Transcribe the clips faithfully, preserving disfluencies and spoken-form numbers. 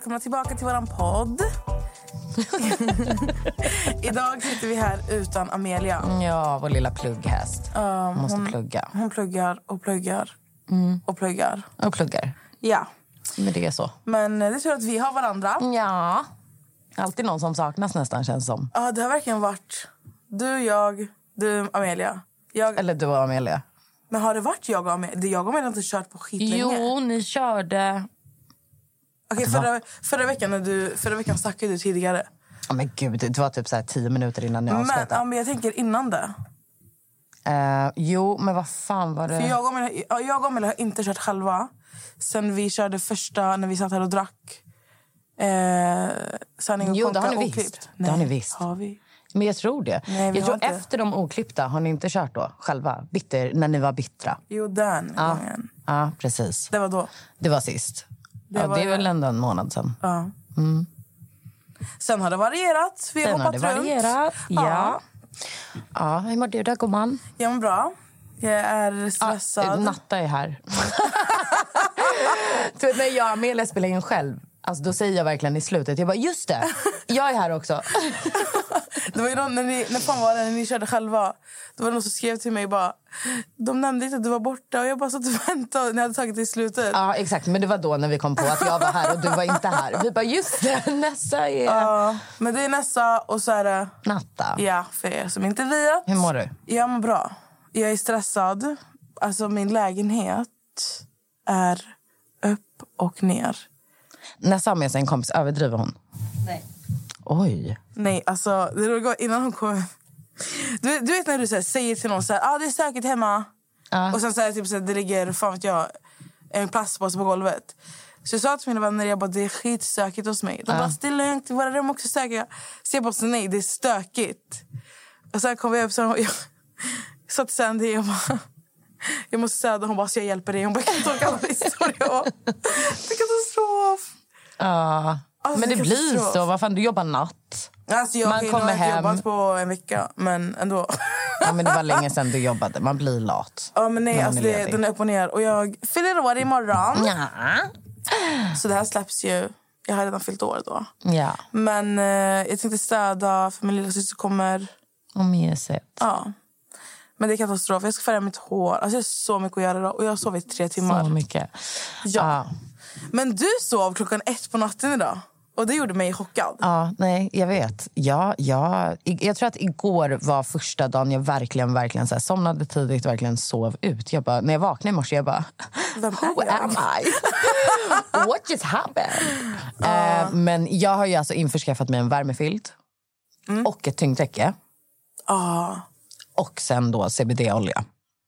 välkomna tillbaka till våran podd. Idag sitter vi här utan Amelia. Ja, vår lilla plugghäst. Um, måste hon, plugga. Hon pluggar och pluggar mm. och pluggar. Och pluggar. Ja. Men det är så. Men det är tur att vi har varandra. Ja. Alltid någon som saknas nästan, känns som. Ja, det har verkligen varit du, jag, du, Amelia. Jag... Eller du och Amelia. Men har det varit jag och Amelia? Jag och Amelia har inte kört på skit länge. Jo, ni körde... Okej, okay, förra, förra veckan när du förra veckan snackade du tidigare. Ja, men gud, det var typ så här tio minuter innan jag avslutade. Men, ja, men jag tänker innan det. Uh, jo, men vad fan var det? För jag och Amelia, jag och Amelia har inte kört själva. Sen vi körde första, när vi satt här och drack. Eh, sanning och jo, konka, det har ni oklippt. visst. Nej, det har ni visst. Har vi? Men jag tror det. Nej, vi jag tror inte. Efter de oklippta har ni inte kört då själva. Bitter, när ni var bittra. Jo, den ja. gången. Ja, precis. Det var då. Det var sist. Det, ja, var det är väl ändå en månad sedan. Ja. Mm. Sen har det varierat. Vi har Sen hoppat har det runt. varierat, ja. ja. Ja, hur mår du då, gumman? Jag mår bra. Jag är stressad. Ja, Natta är här. Du vet, när jag och Amelia spelar in själv, alltså, då säger jag verkligen i slutet, jag bara, just det, jag är här också. Det var ju då, när, ni, när fan var det när ni körde själva. Det var någon som skrev till mig bara, de nämnde inte att du var borta. Och jag bara satt och väntade när jag hade tagit det i slutet. Ja, exakt. Men det var då när vi kom på att jag var här och du var inte här. Vi bara, just det, Nessa är... Ja, men det är Nessa och så är det... Natta. Ja, för er som inte vet. Hur mår du? Jag mår bra. Jag är stressad. Alltså min lägenhet är upp och ner. Nessa har med sig en kompis, överdriver hon? Nej. Oj. Nej, alltså det var innan hon kom. Du, du vet när du så här, säger till någon så här, ah, det är säkert hemma. Uh. Och sen så här, typ så här, det ligger fan vet jag en plastpåse på golvet. Så jag sa till mina vänner, jag bara, det är skitstökigt hos mig. De uh. bara, det är lugnt, våra rum också stökiga. Så jag bara, så nej, det är stökigt. Och sen kom jag upp så jag, jag sa till Sandy, jag bara, jag måste städa. Hon bara, så jag hjälper dig. Hon bara, jag kan inte åka alla historier. Det är katastrof. Ja. Alltså, men det blir så. Vad fan, du jobbar natt. Alltså jag, man okay, kommer hem. Jag har jobbat på en vecka, men ändå. Ja, men det var länge sedan du jobbade. Man blir lat. Ja, men nej, alltså det, den är upp och ner. Och jag fyller år imorgon. Ja. Så det här släpps ju. Jag har redan fyllt år då. Ja. Men eh, jag tänkte städa för min lilla syster kommer. Och mysigt. Ja. Men det är katastrof. Jag ska färga mitt hår. Alltså jag har så mycket att göra idag. Och jag har sovit tre timmar. Så mycket. Ja. Ah. Men du sov klockan ett på natten idag. Och det gjorde mig chockad. Ja, nej, jag vet. Ja, ja. Jag tror att igår var första dagen jag verkligen, verkligen så här, somnade tidigt och verkligen sov ut. Jag bara, när jag vaknade i morse, jag bara, Vem who är am I? What just happened? Uh. Uh, men jag har ju alltså införskaffat mig en värmefilt. Mm. Och ett tyngdtäcke. Uh. Och sen då C B D-olja.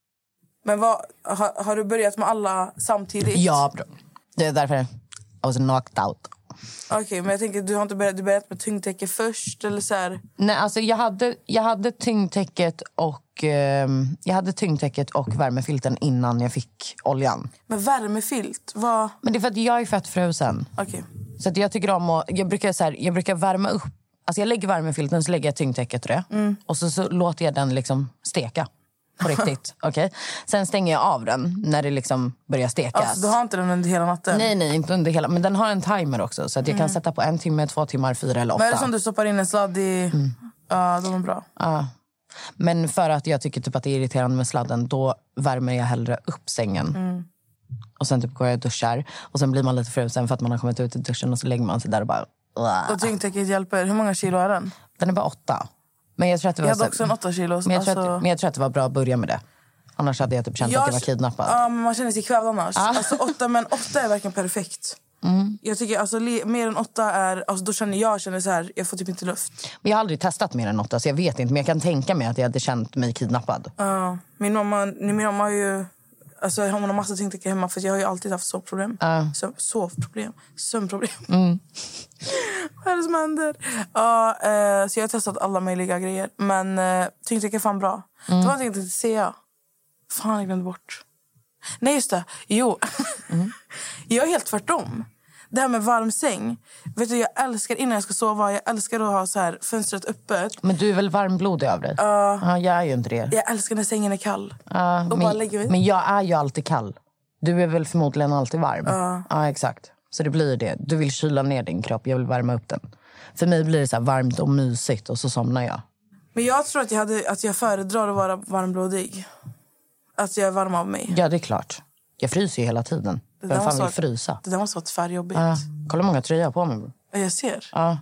Men vad, har, har du börjat med alla samtidigt? Ja, bra. Det är därför I was knocked out. Okej, okay, men jag tänker, du har inte börjat, du börjat med tyngdtäcke först eller så här? Nej, alltså jag hade, jag hade tyngdtäcket och eh, jag hade tyngdtäcket och värmefilten innan jag fick oljan. Men värmefilt, vad? Men det är för att jag är fettfrusen. Okej. Okay. Så att jag tycker om att, jag brukar så här, jag brukar värma upp. Alltså jag lägger värmefilten, så lägger jag tyngdtäcket och det. Mm. Och så, så låter jag den liksom steka. På riktigt, okej. Okay. Sen stänger jag av den när det liksom börjar stekas. Alltså du har inte den under hela natten? Nej, nej, inte under hela. Men den har en timer också. Så att jag mm. kan sätta på en timme, två timmar, fyra eller åtta. Men är det som du stoppar in en sladd i? Mm. Ja, de är bra. Ja. Men för att jag tycker typ att det är irriterande med sladden, då värmer jag hellre upp sängen. Mm. Och sen typ går jag och duschar. Och sen blir man lite frusen för att man har kommit ut i duschen. Och så lägger man sig där och bara... Uah. Och tyngdtäcket hjälper. Hur många kilo är den? Den är bara åtta. Men jag tror att det var jag hade så... också en åtta kilo. Men jag, tror alltså... att, men jag tror att det var bra att börja med det. Annars hade jag typ känt jag... att jag var kidnappad. Ja, men man känner sig kvävd annars. Ah. Alltså åtta, men åtta är verkligen perfekt. Mm. Jag tycker alltså mer än åtta är... Alltså då känner jag känner så här, jag får typ inte luft. Men jag har aldrig testat mer än åtta, så jag vet inte. Men jag kan tänka mig att jag hade känt mig kidnappad. Ja, uh, min mamma, min mamma har ju... Alltså hon har massa tyngdtäcke hemma, för jag har ju alltid haft sovproblem. Uh. Söv, sovproblem, sömnproblem. Mm. Vad är det som händer? Ja, uh, så jag har testat alla möjliga grejer. Men uh, tyngdtäcke är fan bra. Mm. Det var någonting jag tänkte säga. Fan, jag glömde bort. Nej, just det. Jo. Mm. Jag är helt tvärtom. Det här med varm säng. Vet du, jag älskar innan jag ska sova. Jag älskar att ha så här fönstret öppet. Men du är väl varmblodig av dig? Uh, ja, jag är ju inte det. Jag älskar när sängen är kall. Uh, och men, bara lägger mig. Men jag är ju alltid kall. Du är väl förmodligen alltid varm? Uh. Ja, exakt. Så det blir det. Du vill kyla ner din kropp, jag vill värma upp den. För mig blir det så här varmt och mysigt och så somnar jag. Men jag tror att jag, hade, att jag föredrar att vara varmblodig. Att jag är varm av mig. Ja, det är klart. Jag fryser ju hela tiden. Vem fan vill frysa? Det där måste vara tvärjobbigt. Ja, kolla många tröjor på mig. Jag ser. Ja.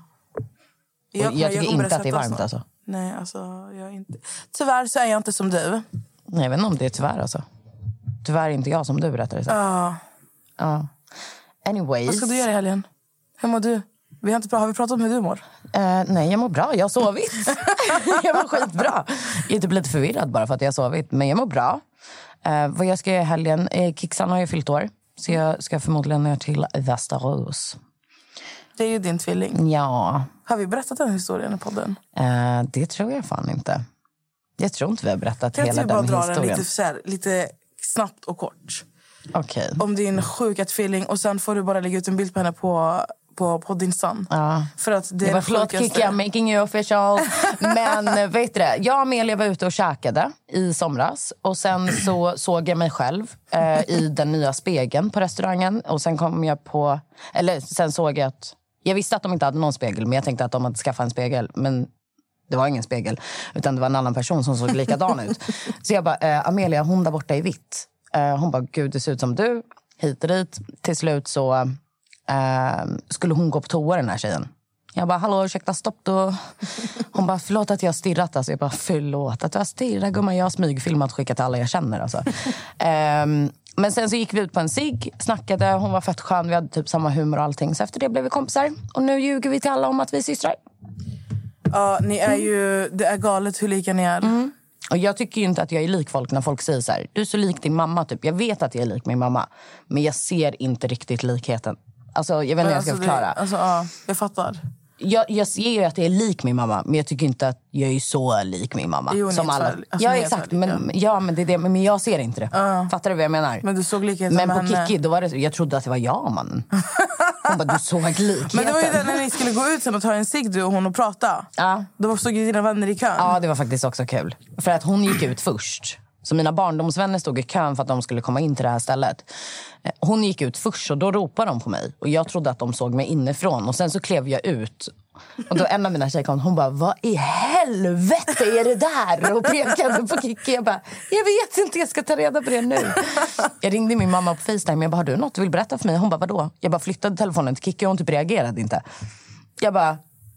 Jag, jag tycker jag inte att det är varmt alltså. Nej, alltså jag är inte... Tyvärr så är jag inte som du. Nej, jag vet inte om det är tyvärr alltså. Tyvärr är inte jag som du berättade. Ja. Ja. Anyways. Vad ska du göra i helgen? Hur mår du? Vi har, inte, har vi pratat om hur du mår? Uh, nej, jag mår bra. Jag har sovit. Jag mår skitbra. Jag är typ lite förvirrad bara för att jag har sovit. Men jag mår bra. Uh, vad jag ska göra i helgen? Uh, Kixan har ju fyllt år. Så jag ska förmodligen ner till Västerås. Det är ju din tvilling. Ja. Har vi berättat den historien i podden? Uh, det tror jag fan inte. Jag tror inte vi har berättat jag hela den historien. Jag dra den lite, så här, lite snabbt och kort. Okay. Om din sjuka tvilling. Och sen får du bara lägga ut en bild på henne på... på poddinsan. Ja. För att det är var förlåt Kiki, I'm making you official. Men vet du det, jag och Amelia var ute och käkade i somras. Och sen så såg jag mig själv eh, i den nya spegeln på restaurangen. Och sen kom jag på, eller sen såg jag att, jag visste att de inte hade någon spegel. Men jag tänkte att de hade skaffat en spegel. Men det var ingen spegel. Utan det var en annan person som såg likadan ut. Så jag bara, eh, Amelia, hon där borta i vitt. Eh, hon bara, gud det ser ut som du. Hit och dit. Till slut så... Uh, skulle hon gå på toa, den här tjejen. Jag bara, hallå, ursäkta, stopp då. Hon bara, förlåt att jag har stirrat. Alltså. Jag bara, förlåt att jag har stirrat. Gumman, jag har smygfilmat, skickat till alla jag känner. Alltså. um, men sen så gick vi ut på en cigg, snackade. Hon var fett skön, vi hade typ samma humor och allting. Så efter det blev vi kompisar. Och nu ljuger vi till alla om att vi är systrar. Ja, ni är ju, det är galet hur lika ni är. Mm. Och jag tycker ju inte att jag är lik folk när folk säger så här, du är så lik din mamma typ. Jag vet att jag är lik min mamma. Men jag ser inte riktigt likheten. Alltså, jag vet inte hur jag ska alltså, förklara. Det, alltså, ja, jag fattar. Jag, jag ser ju att jag är lik min mamma. Men jag tycker inte att jag är så lik min mamma. Jo, som alla. Alltså, ja, exakt. Men, ja, men, det är det. Men jag ser inte det. Uh. Fattar du vad jag menar? Men du såg likheten men med på henne. Kiki, då var det, jag trodde att det var jag, mannen. Hon bara, du såg likheten. Men det var ju det när ni skulle gå ut sen och ta en cigg, du och hon, och prata. Ja. Då såg ju dina vänner i kön. Ja, det var faktiskt också kul. För att hon gick ut först. Så mina barndomsvänner stod i kön för att de skulle komma in till det här stället. Hon gick ut först och då ropade de på mig. Och jag trodde att de såg mig inifrån. Och sen så klev jag ut. Och då en av mina tjejer kom, hon bara, vad i helvete är det där? Och pekade på Kiki. Jag bara, jag vet inte, jag ska ta reda på det nu. Jag ringde min mamma på FaceTime. Jag bara, har du något du vill berätta för mig? Hon bara, vadå? Jag bara flyttade telefonen till Kiki och hon typ reagerade inte. Jag bara...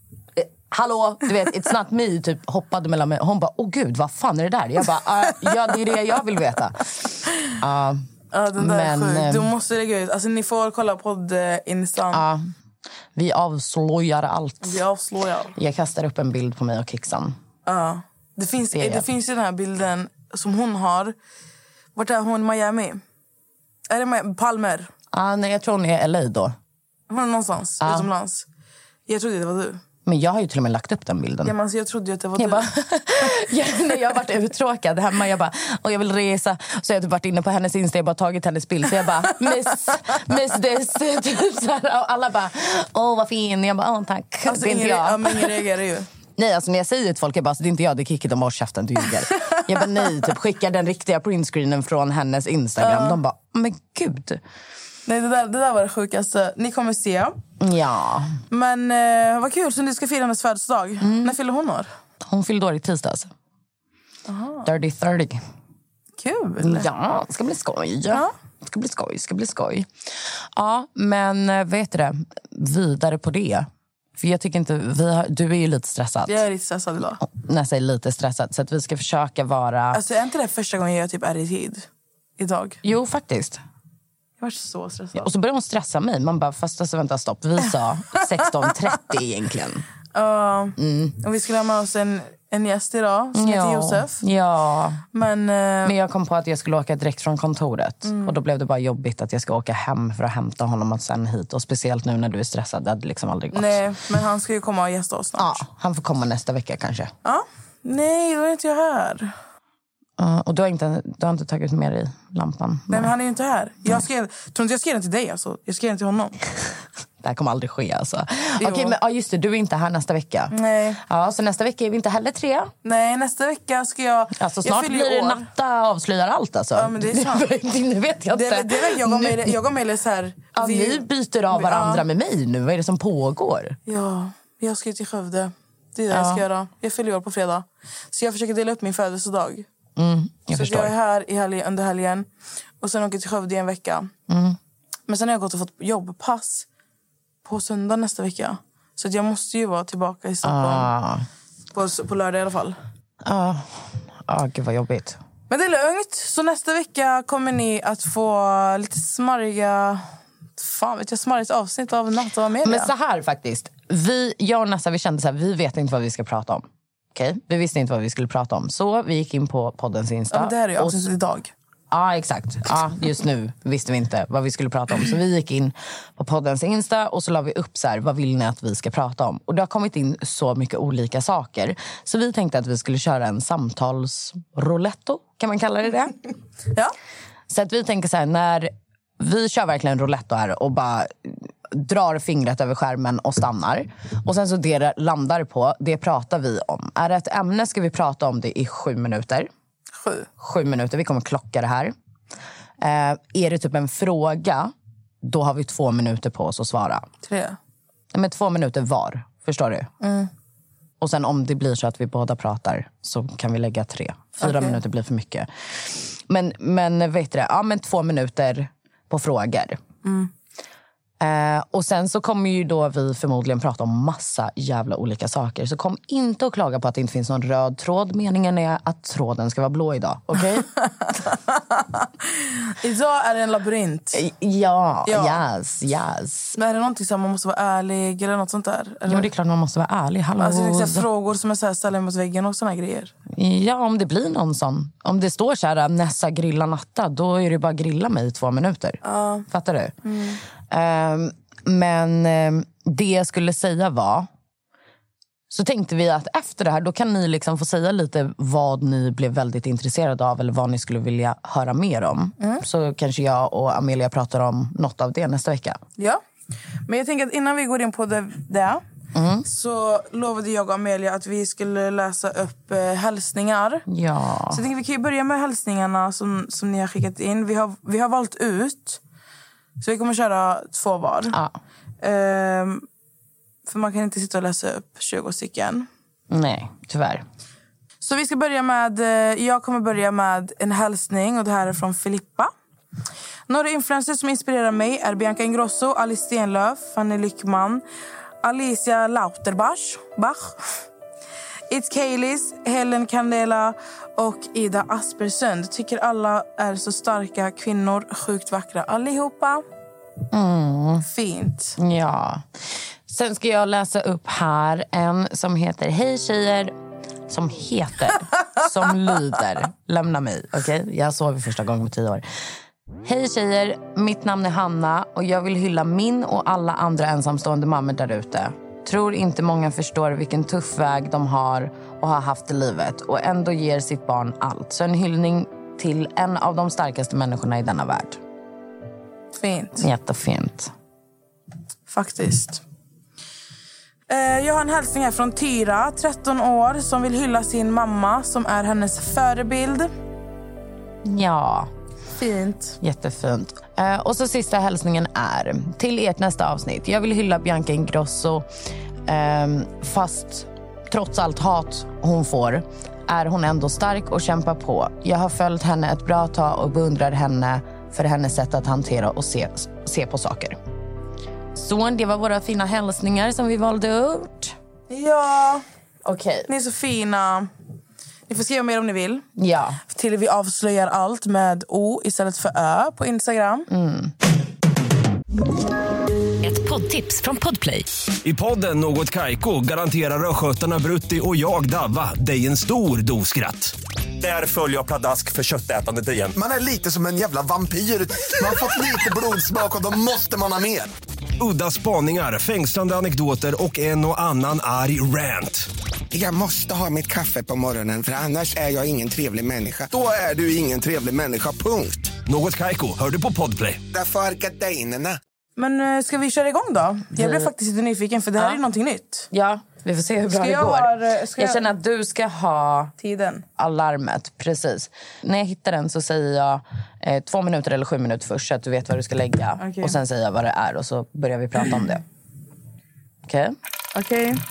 Hallå, du vet, it's not me, typ hoppade mellan mig. Hon bara, åh gud, vad fan är det där? Jag bara, uh, ja, det är det jag vill veta. Uh, ja, den där men, är sjuk. Du måste lägga ut, alltså ni får kolla på det Instan. Uh, vi avslöjar allt. Vi avslöjar. Jag kastar upp en bild på mig och Kixan. Ja, uh, det, finns, det, det finns ju den här bilden som hon har. Vart är hon? Miami? Är det Miami? Palmer? Uh, nej, jag tror hon är L A då. Hon är någonstans, uh. utomlands. Jag trodde det var du. Men jag har ju till och med lagt upp den bilden. Ja, men alltså, jag trodde att det var jag du. Bara, jag, när jag har varit uttråkad hemma, jag bara, och jag vill resa. Så jag har typ varit inne på hennes Insta, jag bara tagit hennes bild. Så jag bara, miss, miss this. Typ så här, och alla bara, åh vad fin. Jag bara, åh tack. Alltså, det är inte ingen, jag. ja, men ingen reagerar ju. Nej, alltså när jag säger till folk, jag bara, alltså, det är inte jag, det är Kiki, de har käften, du ljuger. Jag bara, nej, typ skickar den riktiga printscreenen från hennes Instagram. Uh. De bara, men gud. Nej, det där, det där var det sjukaste. Ni kommer se. Ja. Men eh, vad kul, så ni ska fira hennes födelsedag. Mm. När fyller hon år? Hon fyllde år i tisdags. trettio trettio. Kul. Ja, det ska bli skoj. Ja. Det ska bli skoj, ska bli skoj. Ja, men vet du det? Vidare på det. För jag tycker inte, vi har, du är ju lite stressad. Jag är lite stressad idag. Nästan lite stressad, så att vi ska försöka vara... Alltså är inte det första gången jag typ är i tid? Idag? Jo, faktiskt. Jag var så stressad. Ja, och så började hon stressa mig. Man bara, fast alltså, vänta, stopp. Vi sa sexton trettio egentligen. Uh, mm. Och vi skulle ha med oss en, en gäst idag som ja. heter Josef. Ja. Men, uh... Men jag kom på att jag skulle åka direkt från kontoret. Mm. Och då blev det bara jobbigt att jag ska åka hem för att hämta honom och sen hit. Och speciellt nu när du är stressad, det hade liksom aldrig gått. Nej, men han ska ju komma och gästa oss snart. Ja, han får komma nästa vecka kanske. Ja. Nej, då är inte jag här. Uh, och du har, inte, du har inte tagit med dig lampan? Nej, men han är ju inte här. Jag skrev, tror inte jag skrev den till dig alltså. Jag skrev den till honom. Det här kommer aldrig ske alltså. Okej, okay, men ja, just det, du är inte här nästa vecka. Nej. Ja, så nästa vecka är vi inte heller tre. Nej, nästa vecka ska jag... Alltså snart jag blir det år. Natta avslöjar allt alltså. Ja, men det är sant. Nu vet jag inte. Det, det är, jag går med, jag går med så här... Ja, vi, ni byter av varandra ja. med mig nu. Vad är det som pågår? Ja, jag ska till Skövde. Det är det ja. jag ska göra. Jag fyller år på fredag. Så jag försöker dela upp min födelsedag. Mm, jag så förstår. jag är här i helg, under helgen. Och sen åker jag till Skövde i en vecka. Mm. Men sen har jag gått och fått jobbpass på söndag nästa vecka. Så att jag måste ju vara tillbaka i Stockholm. Ah. På, på lördag i alla fall. Ja, ah. ah, gud vad jobbigt. Men det är lugnt. Så nästa vecka kommer ni att få lite smarriga... Fan vet jag, smarrigt avsnitt av Natt och Amelia. Men så här faktiskt. Vi, jag och Nessa, vi kände så här, vi vet inte vad vi ska prata om. Okej? Okay? Vi visste inte vad vi skulle prata om. Så vi gick in på poddens Insta. Ja, men det här är ju avsnittet idag. Ja, exakt. Ja, just nu visste vi inte vad vi skulle prata om. Så vi gick in på poddens Insta och så la vi upp så här, vad vill ni att vi ska prata om? Och det har kommit in så mycket olika saker. Så vi tänkte att vi skulle köra en samtalsrouletto, kan man kalla det det? Ja. Så att vi tänker så här, när vi kör verkligen rouletto här och bara drar fingret över skärmen och stannar. Och sen så det landar på, det pratar vi om. Är det ett ämne ska vi prata om det i sju minuter. Sju. Sju minuter, vi kommer klocka det här. Eh, är det typ en fråga, då har vi två minuter på oss att svara. Tre. Men två minuter var, förstår du? Mm. Och sen om det blir så att vi båda pratar så kan vi lägga tre. Fyra okay. minuter blir för mycket. Men, men vet du det? Ja, men två minuter på frågor. Mm. Eh, och sen så kommer ju då vi förmodligen prata om massa jävla olika saker. Så kom inte att klaga på att det inte finns någon röd tråd. Meningen är att tråden ska vara blå idag, okej? Okay? Idag är det en labyrint. Ja, ja, yes, yes. Men är det någonting som man måste vara ärlig eller något sånt där? Eller? Jo, det är klart man måste vara ärlig. Hallå. Alltså det är frågor som är så här ställda mot väggen och såna grejer. Ja, om det blir någon sån. Om det står så här, Nessa grilla Natta, då är det bara grilla mig i två minuter. Uh. Fattar du? Mm. Um, men um, det jag skulle säga var, så tänkte vi att efter det här, då kan ni liksom få säga lite vad ni blev väldigt intresserade av eller vad ni skulle vilja höra mer om. Mm. Så kanske jag och Amelia pratar om något av det nästa vecka. Ja, men jag tänker att innan vi går in på det, det mm. så lovade jag och Amelia att vi skulle läsa upp eh, hälsningar. Ja. Så jag tänker vi kan ju börja med hälsningarna som, som ni har skickat in. Vi har, vi har valt ut, så vi kommer köra två var. Ja. Ehm, för man kan inte sitta och läsa upp tjugo stycken. Nej, tyvärr. Så vi ska börja med, jag kommer börja med en hälsning och det här är från Filippa. Några influencers som inspirerar mig är Bianca Ingrosso, Alice Stenlöf, Fanny Lyckman, Alicia Lauterbach, Bach, It's Kaylis, Helen Candela och Ida Aspersund. Tycker alla är så starka kvinnor, sjukt vackra allihopa. Mm. Fint. Ja. Sen ska jag läsa upp här en som heter Hej tjejer, som heter, som lyder, lämna mig, okej? Okay? Jag sov första gången på tio år. Hej tjejer, mitt namn är Hanna och jag vill hylla min och alla andra ensamstående mammor där ute. Tror inte många förstår vilken tuff väg de har och har haft i livet och ändå ger sitt barn allt. Så en hyllning till en av de starkaste människorna i denna värld. Fint. Jättefint. Faktiskt. Jag har en hälsning här från Tyra, tretton år, som vill hylla sin mamma som är hennes förebild. Ja. Fint. Jättefint. Uh, och så sista hälsningen är till ert nästa avsnitt. Jag vill hylla Bianca Ingrosso. Um, fast trots allt hat hon får är hon ändå stark och kämpar på. Jag har följt henne ett bra tag och beundrar henne för hennes sätt att hantera och se, se på saker. Så det var våra fina hälsningar som vi valde ut. Ja. Okej. Okay. Ni är så fina. Ni får skriva mer om ni vill. Ja. Till vi avslöjar allt med O istället för Ö på Instagram. Mm. Ett poddtips från Podplay. I podden Något Kaiko garanterar röskötarna Brutti och jag Davva dig en stor doskratt. Där följer jag pladask för köttätandet igen. Man är lite som en jävla vampyr. Man har fått lite blodsmak och då måste man ha mer. Udda spaningar, fängslande anekdoter och en och annan arg rant. Jag måste ha mitt kaffe på morgonen för annars är jag ingen trevlig människa. Då är du ingen trevlig människa, punkt. Något Kaiko, hör du på Podplay. Därför är gardinerna. Men ska vi köra igång då? Vi... Jag blev faktiskt lite nyfiken för det här ja. är någonting nytt. Ja, vi får se hur bra det går. Har, jag... jag känner att du ska ha tiden. Alarmet, precis. När jag hittar den så säger jag eh, två minuter eller sju minuter först så att du vet vad du ska lägga. Okay. Och sen säger jag vad det är och så börjar vi prata om det. Okej? Okay? Okej. Okay.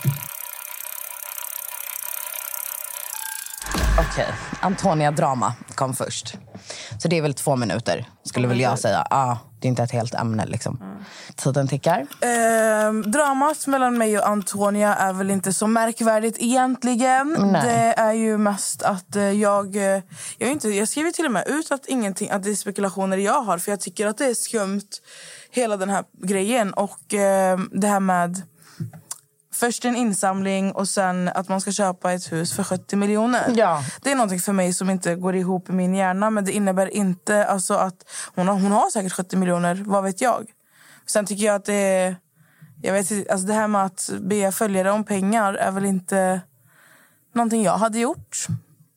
Okej, okay. Antonia Drama kom först. Så det är väl två minuter, skulle väl jag säga. Ja, ah, det är inte ett helt ämne liksom. Mm. Tiden tickar. Eh, dramat mellan mig och Antonia är väl inte så märkvärdigt egentligen. Nej. Det är ju mest att jag... Jag, är inte, jag skriver till och med ut att, ingenting, att det är spekulationer jag har. För jag tycker att det är skumt, hela den här grejen. Och eh, det här med... Först en insamling och sen att man ska köpa ett hus för sjuttio miljoner. Ja. Det är någonting för mig som inte går ihop i min hjärna. Men det innebär inte alltså att hon har, hon har säkert sjuttio miljoner, vad vet jag. Sen tycker jag att det är... Jag vet, alltså det här med att be följare om pengar är väl inte någonting jag hade gjort.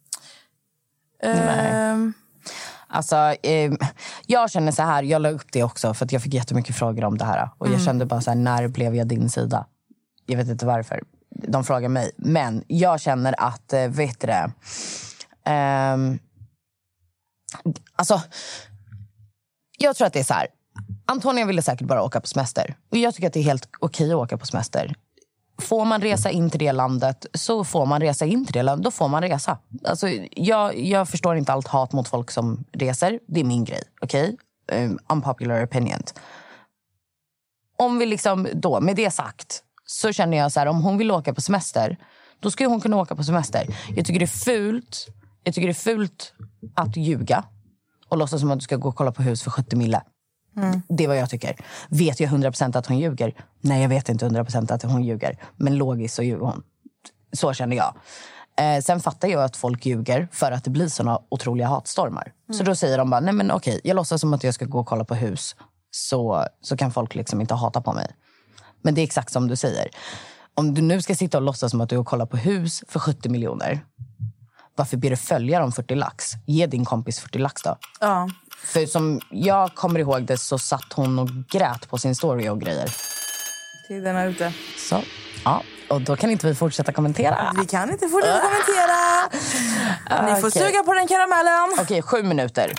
Nej. Uh, Alltså, eh, jag känner så här, jag la upp det också för att jag fick jättemycket frågor om det här. Och jag mm. kände bara så här, när blev jag din sida? Jag vet inte varför. De frågar mig. Men jag känner att, vet du det... Um, alltså, jag tror att det är så här. Antonia ville säkert bara åka på semester. Och jag tycker att det är helt okej att åka på semester. Får man resa in till det landet så får man resa in till det landet. Då får man resa. Alltså, jag, jag förstår inte allt hat mot folk som reser. Det är min grej, okej? Okay? Um, unpopular opinion. Om vi liksom då, med det sagt... Så känner jag så här, om hon vill åka på semester, då ska hon kunna åka på semester. Jag tycker det är fult. Jag tycker det är fult att ljuga och låtsas som att du ska gå och kolla på hus för sjuttio mille. Mm. Det är vad jag tycker. Vet jag hundra procent att hon ljuger? Nej, jag vet inte hundra procent att hon ljuger. Men logiskt så ljuger hon. Så känner jag. Eh, sen fattar jag att folk ljuger för att det blir såna otroliga hatstormar. Mm. Så då säger de bara, nej men okej, jag låtsas som att jag ska gå och kolla på hus. Så, så kan folk liksom inte hata på mig. Men det är exakt som du säger. Om du nu ska sitta och låtsas som att du kollar på hus för sjuttio miljoner. Varför ber du följa dem fyrtio lax? Ge din kompis fyrtio lax då. Ja. För som jag kommer ihåg det så satt hon och grät på sin story och grejer. Tiden är ute. Så, ja. Och då kan inte vi fortsätta kommentera. Vi kan inte fortsätta kommentera. Ni får okay. suga på den karamellen. Okej, okay, sju minuter.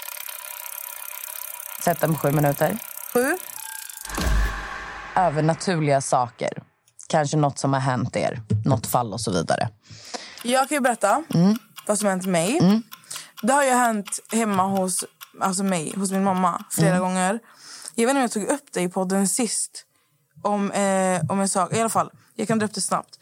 Sätt den på sju minuter. Sju. Övernaturliga saker. Kanske något som har hänt er. Något fall och så vidare. Jag kan ju berätta mm. vad som har hänt mig. Mm. Det har ju hänt hemma hos, alltså mig, hos min mamma flera mm. gånger. Jag vet inte om jag tog upp det i podden sist. Om, eh, om en sak. I alla fall, jag kan dra upp det snabbt.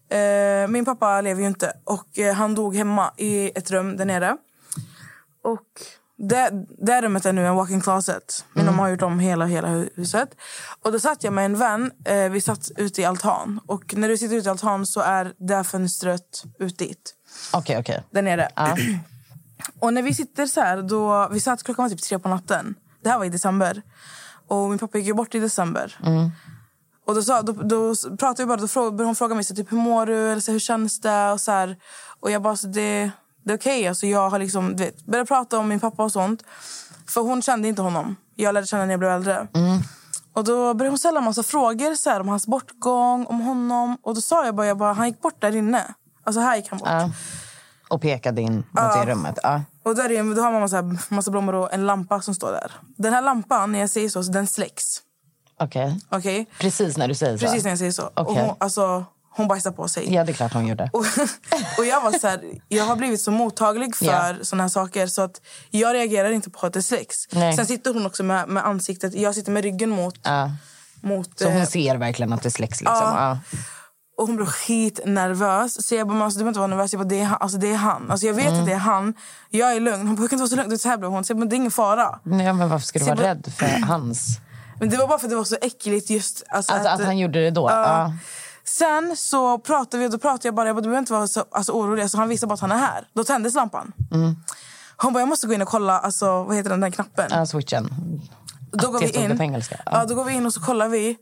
Eh, min pappa lever ju inte. Och eh, han dog hemma i ett rum där nere. Och... Det, det rummet är nu en walk-in closet. Men mm. de har gjort om hela, hela huset. Och då satt jag med en vän. eh, Vi satt ute i altan. Och när du sitter ute i altan så är det fönstret ut dit. Okej, okay, okej okay. Där nere uh. Och när vi sitter så här då, vi satt klockan var typ tre på natten. Det här var i december. Och min pappa gick ju bort i december. mm. Och då, sa, då, då pratade vi bara. Då började hon fråga mig så, typ, hur mår du? Eller så, hur känns det? Och, så här, och jag bara så det... Det är okej, okay. Alltså jag har liksom, du vet, börjat prata om min pappa och sånt. För hon kände inte honom. Jag lärde känna när jag blev äldre. Mm. Och då började hon ställa en massa frågor så här, om hans bortgång, om honom. Och då sa jag bara, jag bara, han gick bort där inne. Alltså här gick han bort. Uh. Och pekade in mot uh. det rummet. Uh. Och där är, då har man massa, massa blommor och en lampa som står där. Den här lampan, när jag säger så, så den släcks. Okej. Okay. Okay? Precis när du säger så? Precis när jag säger så. Okay. Och hon, alltså... Hon bajsar på sig. Ja, det är klart hon gjorde. Och, och jag var så här, jag har blivit så mottaglig för yeah. såna här saker så att jag reagerar inte på att det släcks. Nej. Sen sitter hon också med, med ansiktet, jag sitter med ryggen mot... Uh. mot så hon eh, ser verkligen att det släcks liksom. Uh. Uh. Och hon blir skitnervös. Så jag bara, alltså, du behöver inte vara nervös. Jag bara, det är han. Alltså, det är han. Alltså, jag vet mm. att det är han. Jag är lugn. Hon bara, kan inte vara så lugn. Så här blev hon. Så jag bara, det är ingen fara. Nej, men varför ska du så vara bara, rädd för hans? Men det var bara för att det var så äckligt just... Alltså, alltså att, att han gjorde det då? Uh, uh. Sen så pratade vi och då pratade jag bara, jag bara, du behöver inte vara så alltså, orolig. Alltså, han visade bara att han är här. Då tändes lampan. Mm. Hon bara, jag måste gå in och kolla, alltså, vad heter den där knappen? Uh, switchen. Då går vi in. På engelska. Uh. Ja, då går vi in och så kollar vi.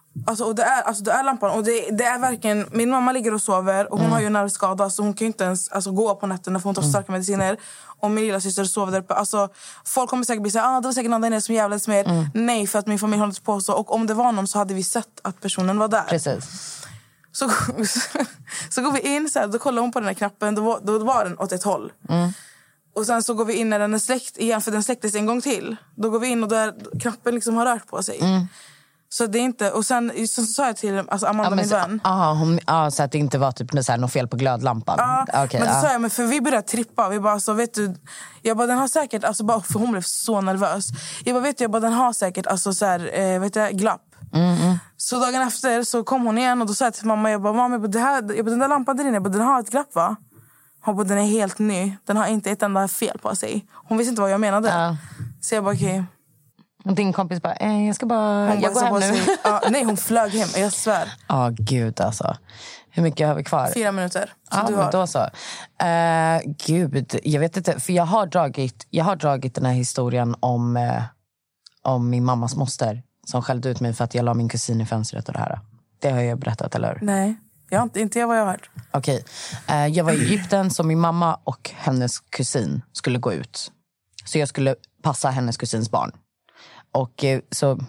Alltså, och det är, alltså, det är lampan. Och det, det är verkligen... Min mamma ligger och sover. Och hon mm. har ju en nervskada. Så hon kan ju inte ens alltså, gå på nätterna. För hon tar mm. starka mediciner. Och min lilla syster sover där uppe. Alltså, folk kommer säkert bli så här, ah, det var säkert någon där nere som jävlades med er. Mm. Nej, för att min familj håller på så. Och om det var någon så hade vi sett att personen var där. Precis. Så, så går vi in så här, då kollar hon på den här knappen. Då var, då var den åt ett håll. Mm. Och sen så går vi in när den är släckt igen. För den släcktes en gång till. Då går vi in och där knappen liksom har rört på sig. Mm. Så det är inte... Och sen så sa jag till alltså Amanda, ja, min så, vän... Aha, hon, ja, så att det inte var typ så här, något fel på glödlampan. Ja, okay, men det ja. sa jag, men för vi började trippa. Vi bara, alltså, vet du... Jag bara, den har säkert... Alltså, bara, för hon blev så nervös. Jag bara, vet du, jag bara, den har säkert alltså, så här, eh, vet du, glapp. Mm, mm. Så dagen efter så kom hon igen och då sa jag till mamma, jag bara, mamma, jag bara, det här, jag bara, den där lampan där inne, jag bara, den har ett glapp, va? Hon bara, den är helt ny. Den har inte ett enda fel på sig. Hon visste inte vad jag menade. Ja. Så jag bara, okej... Okay. Och din kompis bara, eh, jag ska bara... Hon jag bara, går hem nu. Ja, nej, hon flög hem, jag svär. Ja, oh, gud alltså. Hur mycket har vi kvar? Fyra minuter. Ja, du har. Då så. Uh, gud, jag vet inte. För jag har dragit, jag har dragit den här historien om, uh, om min mammas moster. Som skällde ut mig för att jag la min kusin i fönstret och det här. Det har jag berättat, eller hur? Nej, jag har inte, inte jag vad jag har hört. Okej. Okay. Uh, jag var i Egypten, så min mamma och hennes kusin skulle gå ut. Så jag skulle passa hennes kusins barn. Och så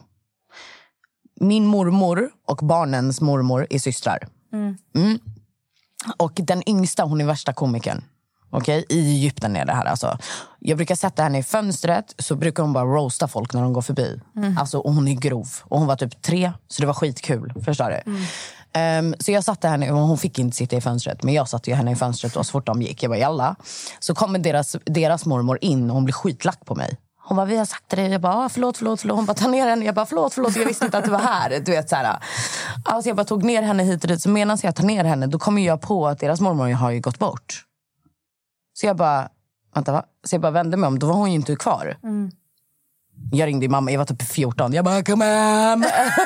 min mormor och barnens mormor är systrar. Mm. Mm. Och den yngsta, hon är värsta komikern. Okej, okay? I Egypten är det här alltså. Jag brukar sätta henne i fönstret, så brukar hon bara roasta folk när de går förbi. Mm. Alltså, och hon är grov. Och hon var typ tre, så det var skitkul, förstår du? Mm. Um, så jag satte henne, och hon fick inte sitta i fönstret, men jag satte ju henne i fönstret och så fort de gick, jag bara jalla. Så kommer deras, deras mormor in och hon blir skitlack på mig. Hon bara, vi har sagt det. Jag bara, ah, förlåt, förlåt, förlåt. Hon bara, ta ner henne. Jag bara, förlåt, förlåt. Jag visste inte att du var här. Du vet, så här. Alltså jag bara tog ner henne hit och dit. Så medan jag tar ner henne, då kommer jag på att deras mormor har ju gått bort. Så jag bara, vänta, va? Så jag bara vände mig om. Då var hon ju inte kvar. Mm. Jag ringde mamma, jag var typ fjorton. Jag bara, kom hem!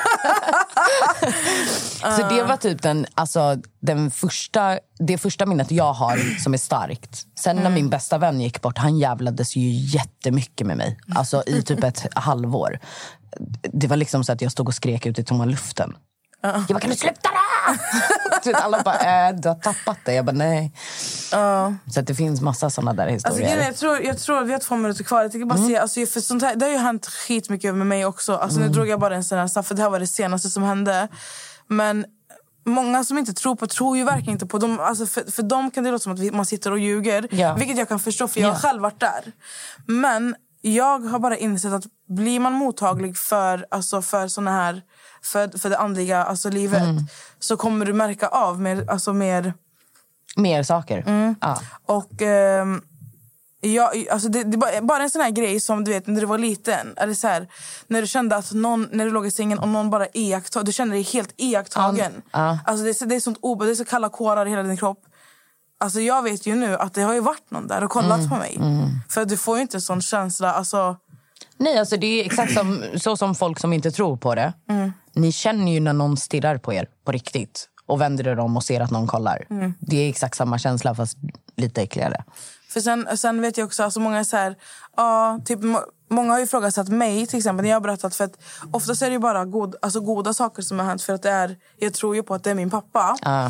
Så det var typ den, alltså, den första, det första minnet jag har som är starkt. Sen när mm. min bästa vän gick bort, han jävlades ju jättemycket med mig. Alltså i typ ett halvår. Det var liksom så att jag stod och skrek ut i tomma luften. Uh. Jag bara, kan du sluta det? Alla bara, äh, du har tappat det. Jag bara, nej. Uh. Så att det finns massa sådana där historier. Alltså, jag, tror, jag tror att vi har två minuter kvar. Jag tänker bara mm. se, alltså, för sånt här, det har ju hänt skitmycket med mig också. Alltså, mm. Nu drog jag bara en sån här snabb, för det här var det senaste som hände. Men många som inte tror på, tror ju verkligen inte på dem. Alltså för, för dem kan det låta som att man sitter och ljuger. Ja. Vilket jag kan förstå, för jag har ja. själv varit där. Men jag har bara insett att blir man mottaglig för, alltså för såna här, för, för det andliga alltså livet, mm. så kommer du märka av mer, alltså mer mer saker. Mm. Ah. Och eh, ja, alltså det, det är bara en sån här grej som du vet när du var liten, eller så här, när du kände att någon, när du låg i sängen och någon bara iakttog, du kände dig helt iakttagen. Mm. Ah. Alltså det är, det är sånt obe, det är så kalla kårar i hela din kropp. Alltså jag vet ju nu att det har ju varit någon där och kollat mm. på mig. Mm. För du får ju inte en sån känsla, alltså. Nej, alltså det är exakt som, så som folk som inte tror på det. Mm. Ni känner ju när någon stirrar på er på riktigt och vänder er om och ser att någon kollar. Mm. Det är exakt samma känsla, fast lite äckligare. För sen, sen vet jag också, alltså många är så här, ja, typ, många har ju ifrågasatt mig till exempel när jag har berättat, för att oftast är det ju bara god, alltså goda saker som har hänt, för att det är, jag tror ju på att det är min pappa. Uh.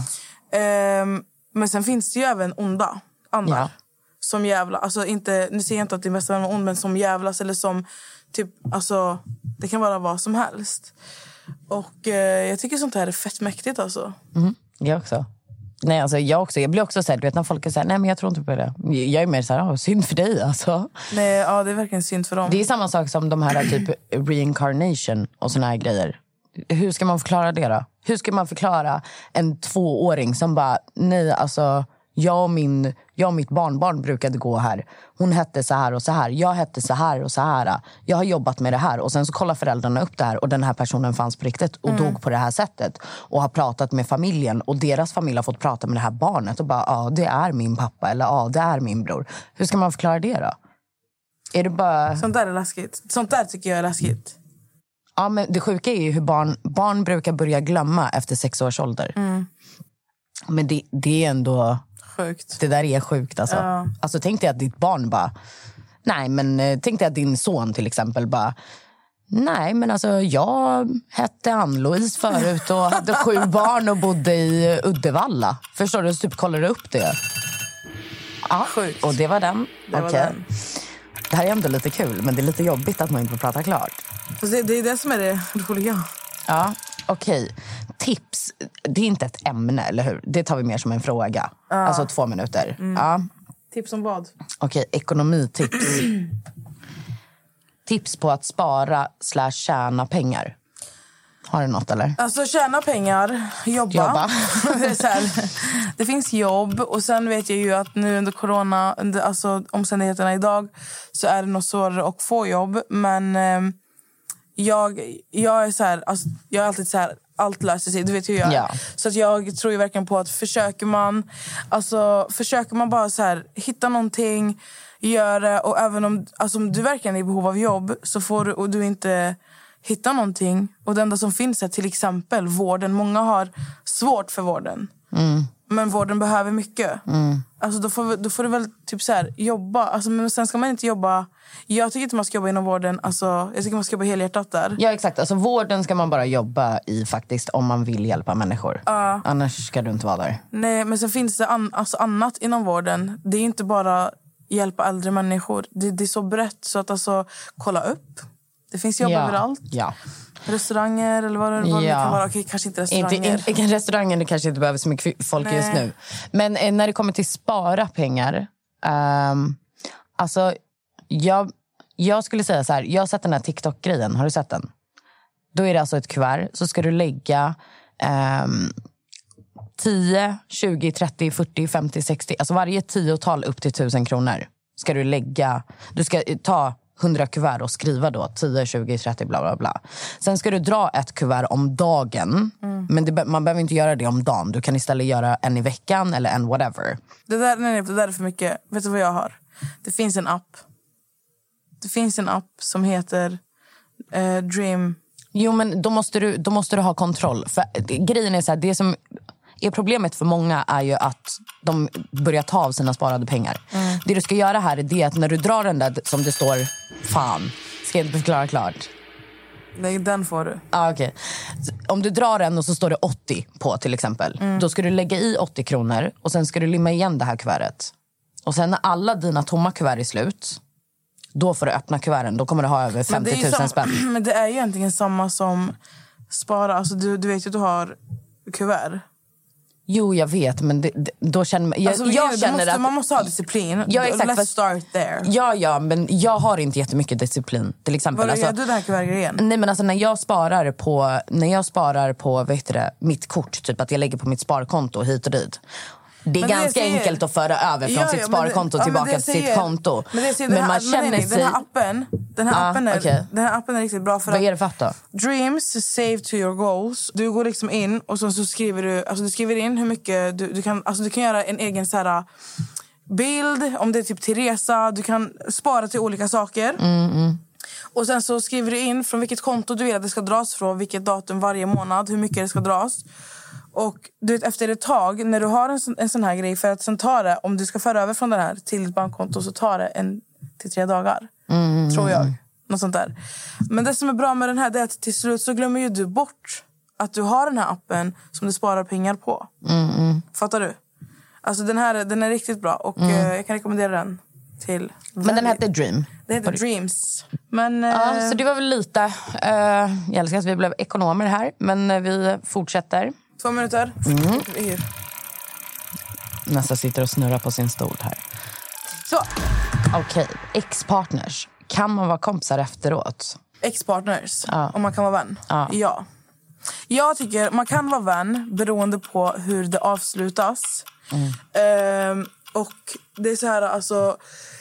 Um, men sen finns det ju även onda andar. Ja. Som jävla, alltså inte, nu ser jag inte att det är mest vän ond, men som jävlas eller som typ, alltså det kan vara vad som helst. Och eh, jag tycker sånt här är fett mäktigt alltså. Mm, jag också. Nej, alltså jag också. Jag blir också så här, du vet när folk är så här, nej men jag tror inte på det. Jag är mer så här, synd för dig alltså. Nej, ja det är verkligen synd för dem. Det är samma sak som de här typ reincarnation och såna här grejer. Hur ska man förklara det då? Hur ska man förklara en tvååring som bara, nej alltså, jag och, min, jag och mitt barnbarn brukade gå här. Hon hette så här och så här. Jag hette så här och så här. Jag har jobbat med det här. Och sen så kollar föräldrarna upp det här. Och den här personen fanns på riktigt och mm. dog på det här sättet. Och har pratat med familjen. Och deras familj har fått prata med det här barnet. Och bara, ja det är min pappa. Eller ja det är min bror. Hur ska man förklara det då? Är det bara... Sånt där är läskigt. Sånt där tycker jag är läskigt. Ja, men det sjuka är ju hur barn, barn brukar börja glömma efter sex års ålder. Mm. Men det, det är ändå... Sjukt. Det där är sjukt alltså. Ja. Alltså tänk dig att ditt barn bara... Nej, men tänk dig att din son till exempel bara... Nej, men alltså jag hette Ann-Louise förut och hade sju barn och bodde i Uddevalla. Förstår du? Så typ kollade upp det. Ja, Sjukt. och det var den. Det var Okej. den. Det här är ändå lite kul, men det är lite jobbigt att man inte får prata klart. Fast det, det är det som är det roliga. Ja, okej. Tips. Det är inte ett ämne, eller hur? Det tar vi mer som en fråga. Ja. Alltså två minuter. Mm. Ja. Tips om vad? Okej, ekonomitips. Tips på att spara slash tjäna pengar. Har du något, eller? Alltså tjäna pengar, jobba. Jobba. det, är så här, det finns jobb. Och sen vet jag ju att nu under corona, under, alltså omständigheterna idag, så är det nog svårare att få jobb. Men eh, jag, jag är så här, alltså, jag är alltid så här, allt löser sig, du vet hur jag är. Ja. Så att jag tror ju verkligen på att försöker man, alltså försöker man bara så här, hitta någonting, gör det. Och även om, alltså, om du verkligen är i behov av jobb, så får du, och du inte hitta någonting. Och det enda som finns är till exempel vården. Många har svårt för vården. Mm. Men vården behöver mycket. Mm. Alltså då får, då får du väl typ så här, jobba. Alltså, men sen ska man inte jobba. Jag tycker inte man ska jobba inom vården. Alltså, jag tycker man ska jobba helhjärtat där. Ja, exakt. Alltså vården ska man bara jobba i faktiskt om man vill hjälpa människor. Uh, Annars ska du inte vara där. Nej, men sen finns det an, alltså annat inom vården. Det är inte bara hjälpa äldre människor. Det, det är så brett så att alltså kolla upp. Det finns jobb ja. överallt. Ja. Restauranger eller vad, vad ja. det kan vara. Okej, kanske inte restauranger. Inte, in, restauranger, det kanske inte behöver så mycket folk Nej. just nu. Men eh, när det kommer till spara pengar. Um, alltså, jag, jag skulle säga så här. Jag har sett den här TikTok-grejen. Har du sett den? Då är det alltså ett kuvert. Så ska du lägga um, tio, tjugo, trettio, fyrtio, femtio, sextio. Alltså varje tiotal upp till tusen kronor. Ska du lägga. Du ska ta hundra kuvert och skriva då tio, tjugo, trettio, bla bla bla. Sen ska du dra ett kuvert om dagen. Mm. Men det, man behöver inte göra det om dagen. Du kan istället göra en i veckan eller en whatever. Det där, nej, det där är för mycket. Vet du vad jag har? Det finns en app. Det finns en app som heter eh, Dream. Jo, men då måste du, då måste du ha kontroll. För grejen är så här, det som är problemet för många är ju att de börjar ta av sina sparade pengar. Mm. Det du ska göra här är det att när du drar den där som det står, fan, ska jag inte förklara klart? Nej, den får du. Ah, okay. Om du drar den och så står det åttio på till exempel. Mm. Då ska du lägga i åttio kronor och sen ska du limma igen det här kuvertet. Och sen när alla dina tomma kuvert är slut, då får du öppna kuverten. Då kommer du ha över femtio tusen spänn. Men det är ju egentligen samma som spara. Alltså du, du vet ju att du har kuvert. Jo, jag vet, men det, det, då känner jag, alltså, jag känner måste, att man måste ha disciplin. Ja, exakt, Let's start there. Ja, ja, men jag har inte jättemycket disciplin till exempel. Vad alltså, gör du den här kuvertgrejen? Nej, men alltså när jag sparar på när jag sparar på vet du det, mitt kort, typ att jag lägger på mitt sparkonto hit och dit. Det är men ganska det säger... enkelt att föra över från ja, sitt sparkonto det, tillbaka ja, till säger... sitt konto. Men, det säger, men man här, känner nej, sig... Den här appen, den här, ah, appen är, okay. den här appen är riktigt bra. För vad är det för app då? Dreams save to your goals. Du går liksom in och så, så skriver du... Alltså du skriver in hur mycket... Du, du, kan, alltså du kan göra en egen så här, bild, om det är typ till resa. Du kan spara till olika saker. Mm, mm. Och sen så skriver du in från vilket konto du vill att det ska dras från. Vilket datum varje månad, hur mycket det ska dras. Och du vet, efter ett tag, när du har en sån, en sån här grej, för att sen tar det, om du ska föra över från den här till ditt bankkonto, så tar det en till tre dagar. Mm. Tror jag. Något sånt där. Men det som är bra med den här, det är att till slut så glömmer ju du bort att du har den här appen som du sparar pengar på. Mm. Fattar du? Alltså den här, den är riktigt bra och mm. eh, jag kan rekommendera den till... Men väldigt... den heter Dream? Det heter Dreams. Men, ja, eh... så det var väl lite... Uh, jag älskar att vi blev ekonomer här, men uh, vi fortsätter. Två minuter. Mm. Nästa sitter och snurrar på sin stol här. Så. Okej, okay. Ex-partners. Kan man vara kompisar efteråt? Ex-partners? Ja. Om man kan vara vän? Ja. ja. Jag tycker man kan vara vän beroende på hur det avslutas. Mm. Ehm, och det är så här, alltså...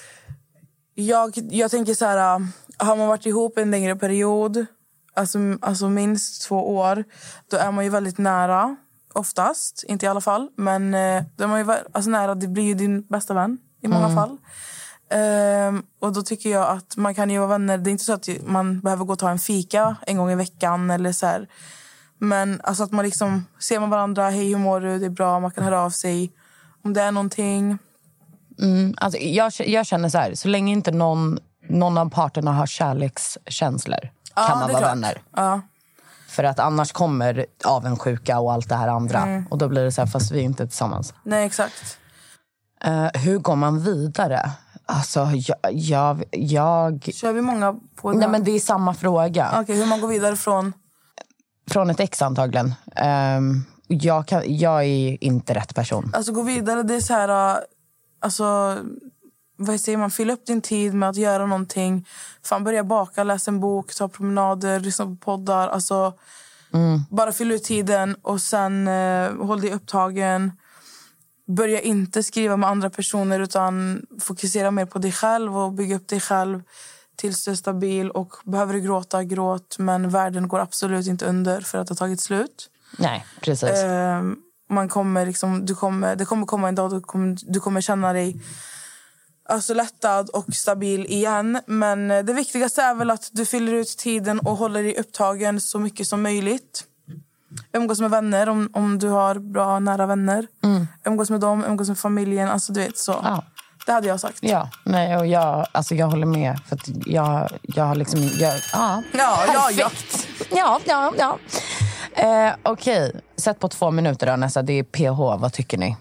Jag, jag tänker så här, har man varit ihop en längre period... Alltså, alltså minst två år, då är man ju väldigt nära, oftast, inte i alla fall, men eh, då är man ju alltså nära, det blir ju din bästa vän i många mm. fall. Ehm, och då tycker jag att man kan ju vara vänner, det är inte så att man behöver gå och ta en fika en gång i veckan eller så här. Men alltså att man liksom ser man varandra, hej hur mår du, det är bra, man kan höra av sig om det är någonting. Mm, alltså jag, jag känner så här, så länge inte någon, någon av parterna har kärlekskänslor. ja, Ja, man det är vara klart. vänner. Ja. För att annars kommer avundsjuka och allt det här andra. Mm. Och då blir det så här, fast vi är inte tillsammans. Nej, exakt. Uh, hur går man vidare? Alltså, jag... jag, jag... Kör vi många på det? Nej, men det är samma fråga. Okej, okay, hur man går vidare från... Från ett ex antagligen. Um, jag, kan, jag är inte rätt person. Alltså gå vidare, det är så här... Alltså, vad säger man? Fylla upp din tid med att göra någonting. Fan, börja baka, läsa en bok, ta promenader, lyssna på poddar. Alltså, mm. bara fylla ut tiden och sen eh, håll dig upptagen. Börja inte skriva med andra personer utan fokusera mer på dig själv och bygga upp dig själv tills du är stabil. Och behöver du gråta, gråt. Men världen går absolut inte under för att det har tagit slut. Nej, precis. Eh, man kommer liksom, du kommer, det kommer komma en dag då du kommer, du kommer känna dig alltså lättad och stabil igen. Men det viktigaste är väl att du fyller ut tiden och håller dig upptagen så mycket som möjligt. Umgås med vänner om, om du har bra, nära vänner. Mm. Umgås med dem, umgås med familjen. Alltså du vet så. Ja. Det hade jag sagt. Ja, nej, och jag, alltså jag håller med. För att jag, jag har liksom... Jag, ja, ja, ja, ja. Ja, ja, ja. Eh, Okej, okay. Sätt på två minuter då, Nessa. Det är P H, vad tycker ni?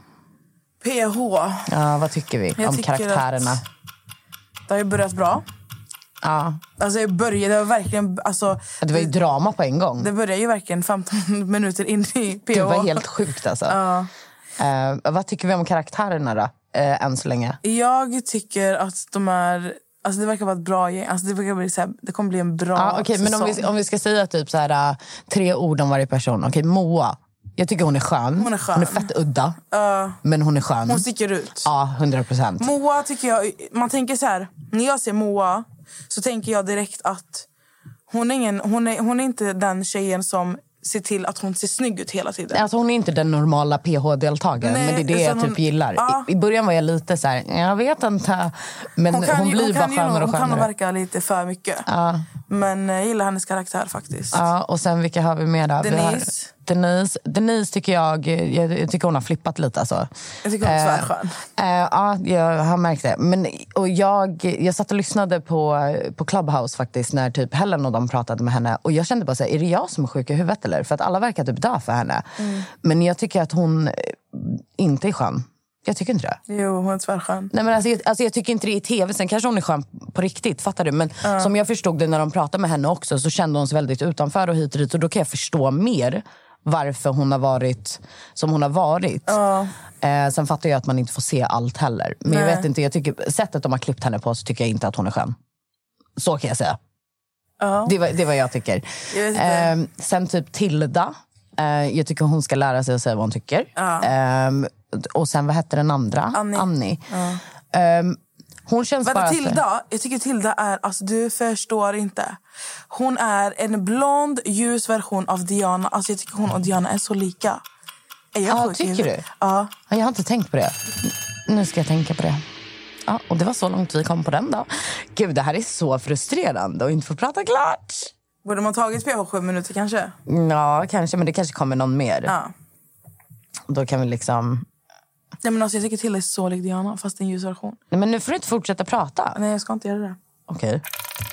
P H? Ja, vad tycker vi jag om tycker karaktärerna? Det har ju börjat bra. Ja. Alltså jag började, det var verkligen... Alltså, det var ju drama på en gång. Det började ju verkligen femton minuter in i P H. Det var helt sjukt alltså. Ja. Eh, vad tycker vi om karaktärerna då, eh, än så länge? Jag tycker att de är... Alltså det verkar vara ett bra gäng. Alltså det, verkar bli så här, det kommer bli en bra ja, okay, men om vi, om vi ska säga typ så här, uh, tre ord om varje person. Okej, okay, Moa. Jag tycker hon är skön. Hon är skön. Hon är fett udda. Uh, men hon är skön. Hon sticker ut. Ja, hundra procent. Moa tycker jag... Man tänker så här... När jag ser Moa så tänker jag direkt att hon är, ingen, hon är, hon är inte den tjejen som ser till att hon ser snygg ut hela tiden. Alltså hon är inte den normala P H-deltagaren. Nej, men det är det jag typ hon, gillar. Ja. I, I början var jag lite så här, jag vet inte. Men hon, kan, hon blir hon bara skönare och skönare. Hon kan verka lite för mycket. Ja. Men jag gillar hennes karaktär faktiskt. Ja, och sen vilka har vi med då? Denise. Denise. Denise tycker jag, jag, jag tycker hon har flippat lite alltså. Jag tycker hon är uh, skön. Uh, ja, jag har märkt det. Men, och jag, jag satt och lyssnade på, på Clubhouse faktiskt när typ Helen och de pratade med henne. Och jag kände bara så här, är det jag som är sjuk i huvudet eller? För att alla verkar typ dö för henne. Mm. Men jag tycker att hon inte är skön. Jag tycker inte det. Jo, hon är tvärskön. Nej, men alltså, jag, alltså, jag tycker inte det i tv. Sen kanske hon är skön på riktigt, fattar du? Men uh. som jag förstod det när de pratade med henne också, så kände hon sig väldigt utanför och hit och dit. Och då kan jag förstå mer varför hon har varit som hon har varit. Uh. Eh, sen fattar jag att man inte får se allt heller. Men Nej. jag vet inte, jag tycker, sättet de har klippt henne på så tycker jag inte att hon är skön. Så kan jag säga. Uh. Det, var, det var jag tycker. Jag eh, sen typ Tilda. Eh, jag tycker hon ska lära sig att säga vad hon tycker. Uh. Eh, och sen, vad hette den andra? Annie. Annie. Uh. Um, hon känns Vänta, bara... Tilda, jag tycker Tilda är... Alltså, du förstår inte. Hon är en blond, ljus version av Diana. Alltså, jag tycker hon och Diana är så lika. Är jag ja, tycker du? Ja. Jag har inte tänkt på det. Nu ska jag tänka på det. Ja, och det var så långt vi kom på den då. Gud, det här är så frustrerande och inte få prata klart. Borde man tagit P H sju minuter kanske? Ja, kanske. Men det kanske kommer någon mer. Ja. Då kan vi liksom... Nej, men alltså, jag tycker till är så lik Diana, fast en ljusversion. Nej, men nu får du inte fortsätta prata. Nej, jag ska inte göra det. Okej. Okay.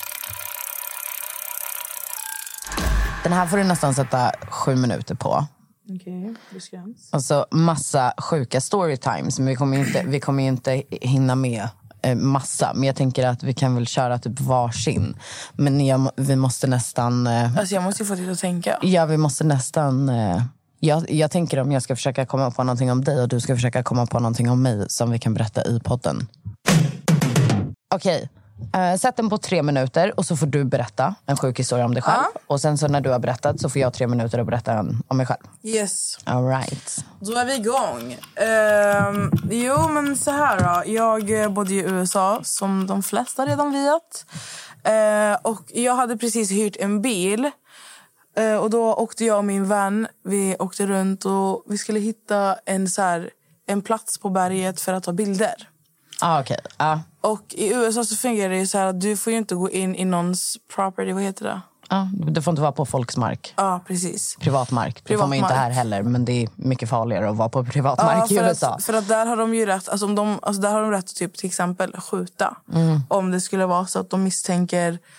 Den här får du nästan sätta sju minuter på. Okej, okay. Beskräms. Alltså massa sjuka storytimes. Men vi kommer inte, vi kommer inte hinna med eh, massa. Men jag tänker att vi kan väl köra typ varsin. Men jag, vi måste nästan... Eh, alltså jag måste ju få tid att tänka. Ja, vi måste nästan... Eh, Jag, jag tänker om jag ska försöka komma på någonting om dig och du ska försöka komma på någonting om mig som vi kan berätta i podden. Okej, okay. uh, sätt den på tre minuter och så får du berätta en sjuk historia om dig själv. Uh. Och sen så när du har berättat så får jag tre minuter att berätta en om mig själv. Yes. All right. Då är vi igång. Uh, jo, men så här då. Jag bodde i U S A som de flesta redan vet. Uh, och jag hade precis hyrt en bil. Uh, och då åkte jag och min vän, vi åkte runt och vi skulle hitta en, så här, en plats på berget för att ta bilder. Ah, okej. Okay. Ah. Och i U S A så fungerar det så här att du får ju inte gå in i någons property, vad heter det? Ah, det får inte vara på folks mark. Ja, ah, precis. Privat mark. Det privat får man inte mark. Här heller, men det är mycket farligare att vara på privat mark ah, i U S A. Att, för att där har de ju rätt, alltså, om de, alltså där har de rätt att typ, till exempel skjuta. Mm. Om det skulle vara så att de misstänker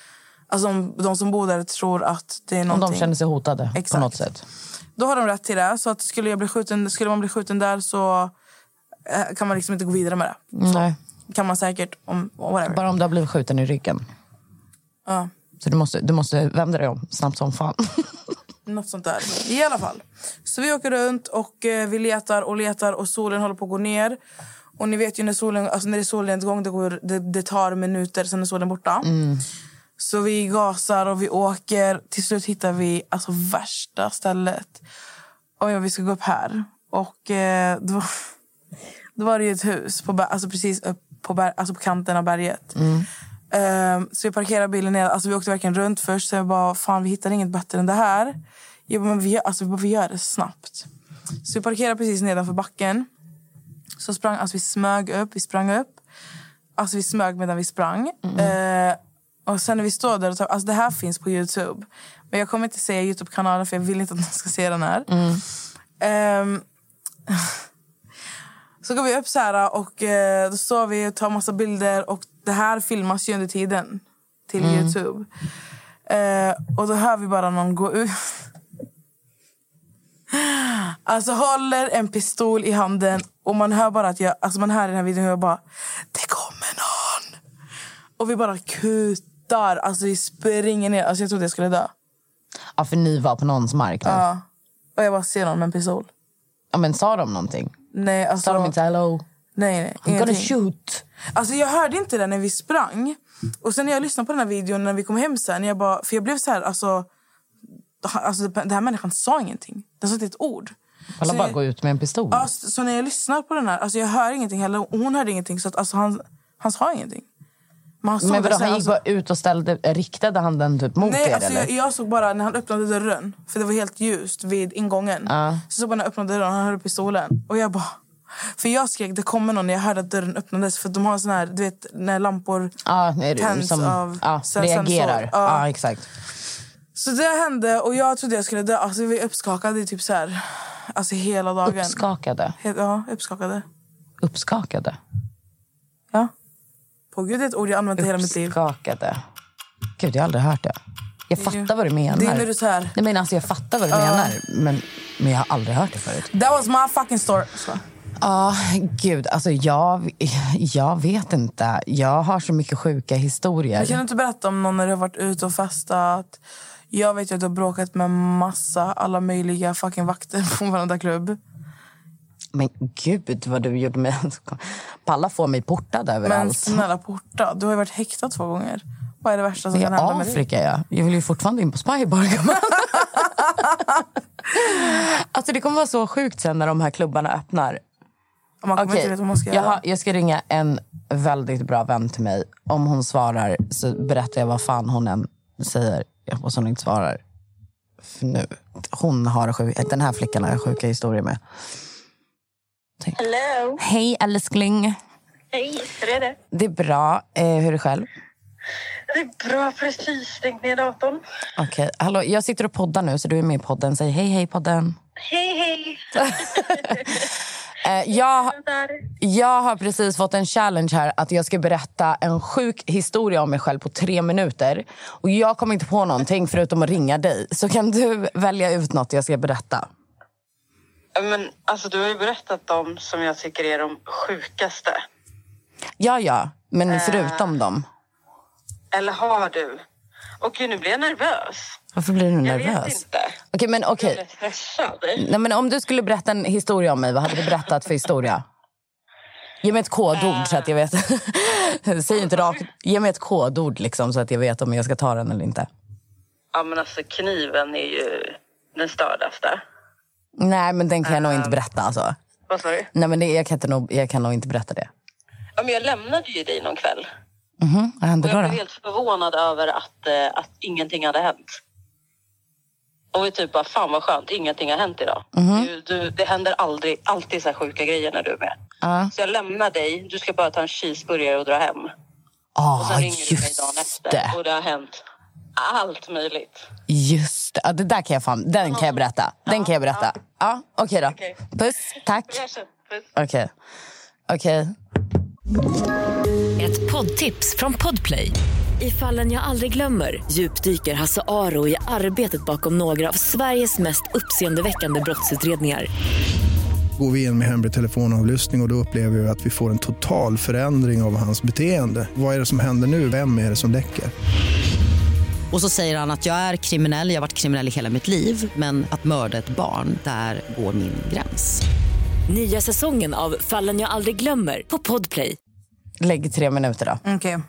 Alltså om de som bor där tror att det är någonting. Om de känner sig hotade. Exakt. På något sätt. Då har de rätt till det. Så att skulle, jag bli skjuten, skulle man bli skjuten där så eh, kan man liksom inte gå vidare med det. Så Nej. kan man säkert om whatever. Bara om du har blivit skjuten i ryggen. Ja. Så du måste, du måste vända dig om snabbt som fan. Något sånt där. I alla fall. Så vi åker runt och eh, vi letar och letar och solen håller på att gå ner. Och ni vet ju när solen, alltså när det är solnedgång, det, går, det, det tar minuter sen är solen borta. Mm. Så vi gasar och vi åker. Till slut hittar vi alltså värsta stället. Och ja, vi ska gå upp här. Och eh, då, då var det ju ett hus på, alltså precis upp på, ber, alltså på kanten av berget. Mm. Um, så vi parkerade bilen ner. Alltså vi åkte verkligen runt först. Så jag bara, fan vi hittar inget bättre än det här. Jag bara, men vi gör, alltså, vi, bara, vi gör det snabbt. Så vi parkerade precis nedanför backen. Så sprang, alltså vi smög upp, vi sprang upp. Alltså vi smög medan vi sprang. Mm. Uh, och sen när vi står där, och tar, alltså det här finns på YouTube. Men jag kommer inte säga YouTube-kanalen för jag vill inte att någon ska se den här. Mm. Um, så går vi upp så här och uh, då står vi och tar massa bilder och det här filmas ju under tiden till mm. YouTube. Uh, och då hör vi bara någon gå ut. Alltså håller en pistol i handen och man hör bara att jag, alltså man hör i den här videon och jag bara, det kommer någon. Och vi bara kutar, alltså vi springer ner, alltså jag trodde jag skulle dö. Ja, för ni var på någons mark nu. Ja, och jag bara ser någon med en pistol. Ja, men sa de någonting? Nej, alltså. Sa de inte hello? Nej, nej. I'm gonna shoot. Alltså jag hörde inte det när vi sprang. Och sen när jag lyssnade på den här videon när vi kom hem sen, jag bara, för jag blev så här, alltså, alltså den här människan sa ingenting. Det sa inte ett ord. Alla bara jag, gå ut med en pistol. Ja, så, så när jag lyssnar på den här, alltså jag hör ingenting heller. Och hon hörde ingenting, så att alltså han, han sa ingenting. Men, han men vadå, han gick alltså, bara ut och ställde, riktade han den typ mot nej, er alltså eller? Jag, jag såg bara när han öppnade dörren, för det var helt ljust vid ingången. Uh. Så såg bara när han öppnade dörren, han hörde pistolen. Och jag bara, för jag skrek, det kommer någon när jag hörde att dörren öppnades. För de har sån här, du vet, när lampor ja, tänds som, av ja, reagerar. Ja. ja, exakt. Så det hände och jag trodde jag skulle dö. Alltså vi var uppskakade typ så här, alltså hela dagen. Uppskakade? Ja, uppskakade. Uppskakade? Ja. På gud, det är ett ord jag använt i hela mitt liv. Uppskakade. Gud, jag har aldrig hört det. Jag det fattar ju, vad du menar. Det är när du så här. Nej, men alltså jag fattar vad du uh. menar. Men, men jag har aldrig hört det förut. That was my fucking story. Ja, oh, gud. Alltså jag, jag vet inte. Jag har så mycket sjuka historier. Jag kan inte berätta om någon när du har varit ute och festat. Jag vet ju att du har bråkat med massa, alla möjliga fucking vakter på varandra klubb. Men gud vad du gjorde mig. Palla får mig portad överallt. Men snälla portad. Du har ju varit häktad två gånger. Vad är det värsta som kan hända med dig? Afrika, ja. Jag vill ju fortfarande in på Spybar. Alltså det kommer vara så sjukt sen när de här klubbarna öppnar. Man kommer okay. inte veta vad man ska jag, göra. har, jag ska ringa en väldigt bra vän till mig. Om hon svarar så berättar jag vad fan hon än säger. Jag hoppas hon inte svarar. För nu, hon har sjuk, den här flickan har sjuka historier med. Hello. Hej älskling. Hej, hur är det? Det är bra. Eh, hur är det själv? Det är bra, precis. Stängt ner datorn. Okej, okay. Hallå, jag sitter och poddar nu så du är med i podden. Säg hej, hej podden. Hej, hej. eh, jag, jag har precis fått en challenge här att jag ska berätta en sjuk historia om mig själv på tre minuter. Och jag kommer inte på någonting förutom att ringa dig. Så kan du välja ut något jag ska berätta? Men alltså du har ju berättat dem som jag tycker är de sjukaste. Ja, ja. Men äh, förutom dem. Eller har du? Och gud, nu blir jag nervös. Varför blir du jag nervös? Jag vet inte. Okej, men okej. Jag blir stressad. Nej, men om du skulle berätta en historia om mig, vad hade du berättat för historia? Ge mig ett kodord äh. så att jag vet. Säg inte rakt. Ge mig ett kodord liksom så att jag vet om jag ska ta den eller inte. Ja, men alltså kniven är ju den stördaste. Nej, men den kan jag uh, nog inte berätta alltså. Vad sa du? Nej, men det, jag, kan inte nog, jag kan nog inte berätta det. Ja, men jag lämnade ju dig någon kväll. Mhm, vad hände då? Och jag blev helt förvånad över att, eh, att ingenting hade hänt. Och vi typ bara, fan vad skönt, ingenting har hänt idag. Mm-hmm. Du, du, det händer aldrig, alltid så här sjuka grejer när du är med. Uh. Så jag lämnar dig, du ska bara ta en cheeseburgare och dra hem. Oh, och sen ringer du mig dagen efter. Det. Och det har hänt allt möjligt. Just det, ja, det där kan jag fan, den kan jag berätta. Den ja, kan jag berätta. Ja, ja okej okay då. Okay. Puss, tack. Okej, okej. Okay. Okay. Ett poddtips från Podplay. I Fallen jag aldrig glömmer djupdyker Hasse Aro i arbetet bakom några av Sveriges mest uppseendeväckande brottsutredningar. Går vi in med hemlig telefonavlyssning och, och då upplever vi att vi får en total förändring av hans beteende. Vad är det som händer nu? Vem är det som läcker? Och så säger han att jag är kriminell, jag har varit kriminell i hela mitt liv. Men att mörda ett barn, där går min gräns. Nya säsongen av Fallen jag aldrig glömmer på Podplay. Lägg tre minuter då. Okej. Okay.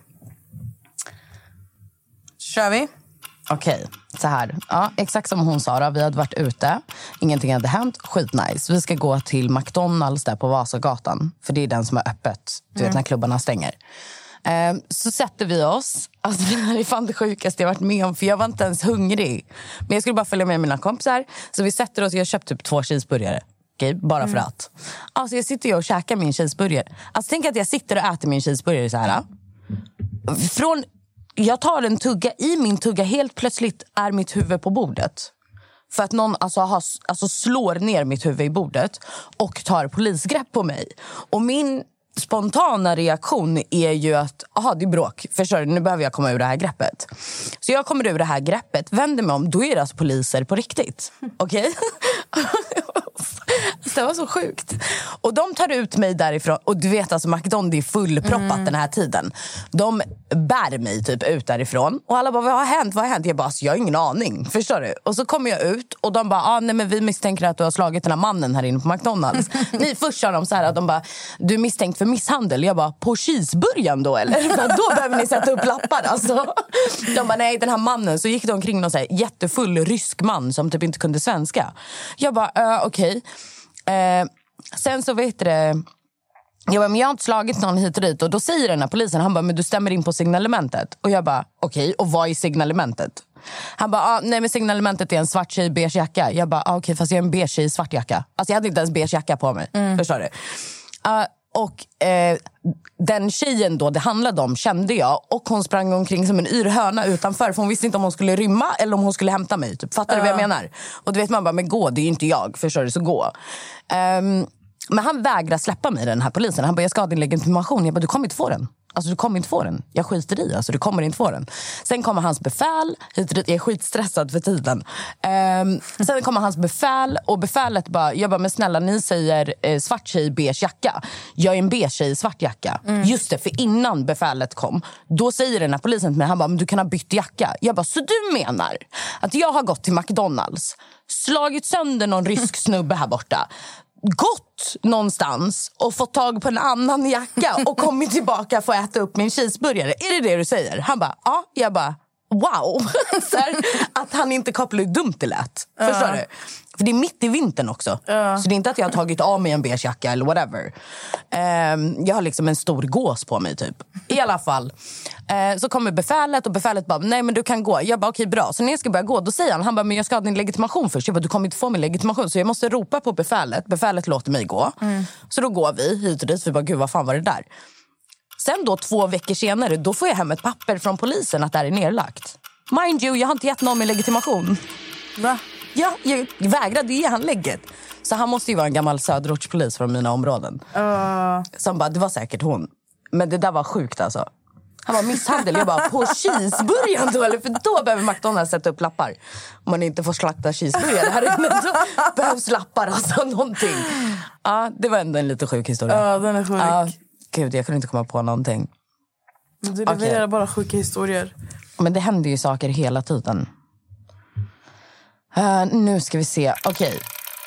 Kör vi? Okej, okay, så här. Ja, exakt som hon sa, vi hade varit ute. Ingenting hade hänt, skitnice. Vi ska gå till McDonalds där på Vasagatan. För det är den som är öppet, du mm. vet när klubbarna stänger. Eh, så sätter vi oss. Alltså det här är fan det sjukaste jag varit med om. För jag var inte ens hungrig. Men jag skulle bara följa med mina kompisar. Så vi sätter oss, jag köpte typ två cheeseburgare. Okej, bara för mm. att. Alltså jag sitter ju och käkar min cheeseburgare. Alltså tänk att jag sitter och äter min cheeseburgare så här. Från... Jag tar en tugga, i min tugga helt plötsligt är mitt huvud på bordet. För att någon alltså, har, alltså slår ner mitt huvud i bordet och tar polisgrepp på mig. Och min spontana reaktion är ju att, aha, det är bråk. Förstår du, nu behöver jag komma ur det här greppet. Så jag kommer ur det här greppet, vänder mig om, då är det alltså poliser på riktigt. Okej? Okay? Det var så sjukt. Och de tar ut mig därifrån. Och du vet alltså McDonald's är fullproppat mm. den här tiden. De bär mig typ ut därifrån. Och alla bara, vad har hänt? Vad har hänt? Jag bara, alltså, jag har ingen aning. Förstår du? Och så kommer jag ut. Och de bara, ah, nej men vi misstänker att du har slagit den här mannen här inne på McDonald's. Nej, först sa de så här att de bara, du är misstänkt för misshandel. Jag bara, på cheeseburgaren då eller? Då behöver ni sätta upp lappar alltså. De bara, nej den här mannen. Så gick de omkring någon så här jättefull rysk man som typ inte kunde svenska. Jag bara, uh, okej. Okay. Eh, sen så vet det jag bara, men jag har inte slagit någon hit och dit. Och då säger den här polisen, han bara, men du stämmer in på signalementet. Och jag bara, okej, okay, och vad är signalementet? Han bara, ah, nej men signalementet är en svart tjej i beige jacka. Jag bara, ah, okej okay, fast jag är en beige tjej i svart jacka. Alltså jag hade inte ens beige jacka på mig, mm. förstår du? Uh, och eh, den tjejen då det handlade om kände jag. Och hon sprang omkring som en yrhörna utanför. För hon visste inte om hon skulle rymma eller om hon skulle hämta mig typ. Fattar uh. du vad jag menar? Och du vet man bara, men gå, det är ju inte jag. Förstår du, så gå. um, Men han vägrar släppa mig, den här polisen. Han bara, jag ska ha din legitimation. Jag bara, du kommer inte få den. Alltså du kommer inte få den. Jag skiter i, alltså du kommer inte få den. Sen kommer hans befäl hit och dit. Jag är skitstressad för tiden. um, Sen kommer hans befäl. Och befälet bara, jag bara, men snälla ni säger eh, svart tjej, beige jacka. Jag är en beige tjej i svart jacka. mm. Just det, för innan befälet kom, då säger den här polisen till mig, han bara, men du kan ha bytt jacka. Jag bara, så du menar att jag har gått till McDonald's, slagit sönder någon rysk snubbe här borta, gått någonstans och fått tag på en annan jacka och kommit tillbaka för att äta upp min cheeseburgare? Är det det du säger? Han bara, ja. Jag bara, wow. Så här, att han inte kopplar hur dumt det lät. Uh. Förstår du? För det är mitt i vintern också. Uh. Så det är inte att jag har tagit av mig en beige jacka eller whatever. Um, jag har liksom en stor gås på mig typ. I alla fall. Uh, så kommer befälet och befälet bara, nej men du kan gå. Jag bara, okej okay, bra. Så när jag ska börja gå, då säger han, han bara, men jag ska ha din legitimation först. Jag bara, du kommer inte få min legitimation. Så jag måste ropa på befälet. Befälet låter mig gå. Mm. Så då går vi hit och dit. Vi bara, gud vad fan var det där? Sen då två veckor senare, då får jag hem ett papper från polisen att det här är nedlagt. Mind you, jag har inte gett någon min legitimation. Va? Ja, jag vägrade ge han lägget. Så han måste ju vara en gammal söderortspolis från mina områden. Uh. Som bara, det var säkert hon. Men det där var sjukt alltså. Han var misshandel, jag bara, på cheeseburgaren då? Eller? För då behöver McDonald's sätta upp lappar. Om man inte får slakta cheeseburgare här inne, då behövs lappar, alltså någonting. Ja, det var ändå en lite sjuk historia. Ja, uh, den är sjuk. Uh, Gud, jag kunde inte komma på någonting. Men det levererar okay. bara sjuka historier. Men det händer ju saker hela tiden. Uh, nu ska vi se. Okej. Okay.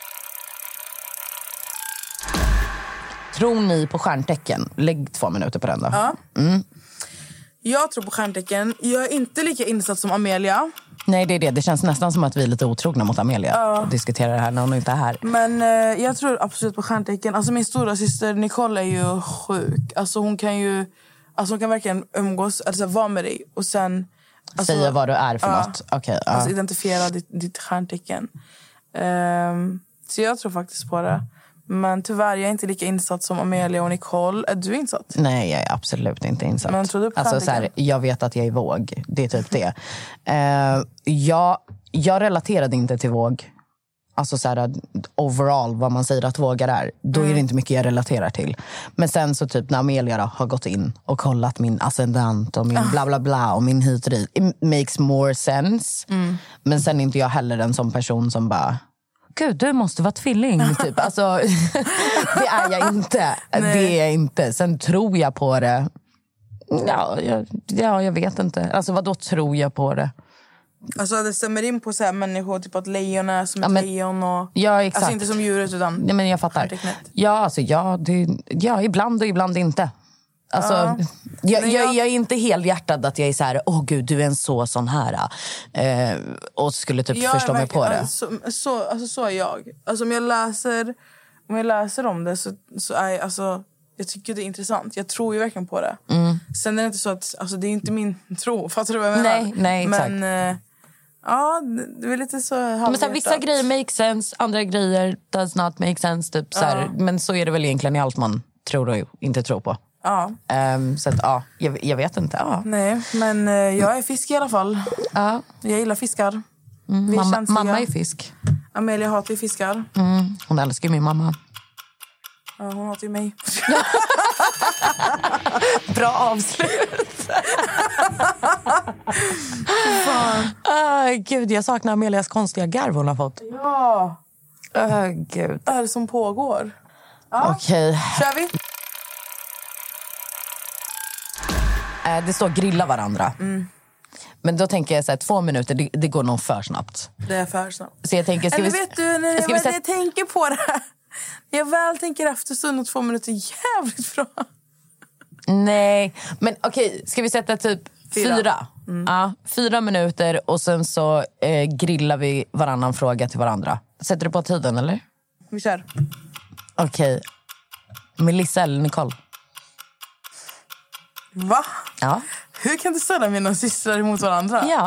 Tror ni på stjärntecken? Lägg två minuter på den då. Ja. Mm. Jag tror på stjärntecken. Jag är inte lika insatt som Amelia. Nej, det är det. Det känns nästan som att vi är lite otrogna mot Amelia. Ja. Och diskuterar det här när hon inte är här. Men eh, jag tror absolut på stjärntecken. Alltså min stora syster Nicole är ju sjuk. Alltså hon kan ju... Alltså hon kan verkligen umgås, alltså vara med dig. Och sen... Alltså, säga vad du är för ja, något. Okay, ja. Alltså identifiera ditt, ditt stjärntecken. Um, så jag tror faktiskt på det. Men tyvärr, jag är inte lika insatt som Amelia och Nicole. Är du insatt? Nej, jag är absolut inte insatt. Men tror du på alltså, så här, jag vet att jag är våg. Det är typ det. uh, jag, jag relaterade inte till våg. alltså så här, overall vad man säger att vågar är, då mm. är det inte mycket jag relaterar till. Men sen så typ när Amelia då, har gått in och kollat min ascendant och min uh. bla bla bla och min hit och dit, it makes more sense. Mm. Men sen är inte jag heller en sån person som bara, gud, du måste vara tvilling typ. Alltså, det är jag inte. Nej. Det är jag inte. Sen tror jag på det. Ja, jag, ja, jag vet inte. Alltså vad då tror jag på det? Alltså det stämmer in på så här människor, typ att lejon är som ett ja, men, lejon och... Ja, exakt. Alltså inte som djuret utan... Ja, men jag fattar. Ja, alltså ja, det, ja, ibland och ibland inte. Alltså, ja. jag, jag, jag är inte helhjärtad att jag är så här, åh oh, gud, du är en så sån här. Eh, och skulle typ jag förstå mig på det. Alltså, så, alltså så är jag. Alltså om jag läser, om jag läser om det så, så är jag, alltså... Jag tycker det är intressant. Jag tror ju verkligen på det. Mm. Sen är det inte så att... Alltså det är inte min tro. Fattar du vad jag menar? Nej, nej, exakt. Men... Eh, ja, det är lite så halvhjärtat. Men så här, vissa grejer make sense. Andra grejer does not make sense. Typ, så här. Ja. Men så är det väl egentligen i allt man tror och inte tror på. Ja. Um, så att, ja, jag, jag vet inte. Ja. Nej, men eh, jag är fisk i alla fall. Ja. Jag gillar fiskar. Mm, mamma, mamma är fisk. Amelia hatar ju fiskar. Mm, hon älskar min mamma. Ja, hon hatar ju mig. Bra avslut. Fan. Oh, gud, jag saknar Amelias konstiga garv hon har fått. Ja. Oh, gud. Vad är det som pågår? Ja. Okej. Okay. Kör vi? Det står grilla varandra. Mm. Men då tänker jag så här, två minuter, det, det går nog för snabbt. Det är för snabbt. Så jag tänker, ska Eller vi, vet du, när jag, ska väl, vi sätta... jag tänker på det. Jag väl tänker efter så nog två minuter jävligt bra. Nej, men okej, ska vi sätta typ fyra? Fyra, mm. Ja, fyra minuter och sen så eh, grillar vi varannan fråga till varandra. Sätter du på tiden, eller? Vi kör. Okej. Melissa eller Nicole? Va? Ja. Hur kan du ställa mina systrar emot varandra? Ja.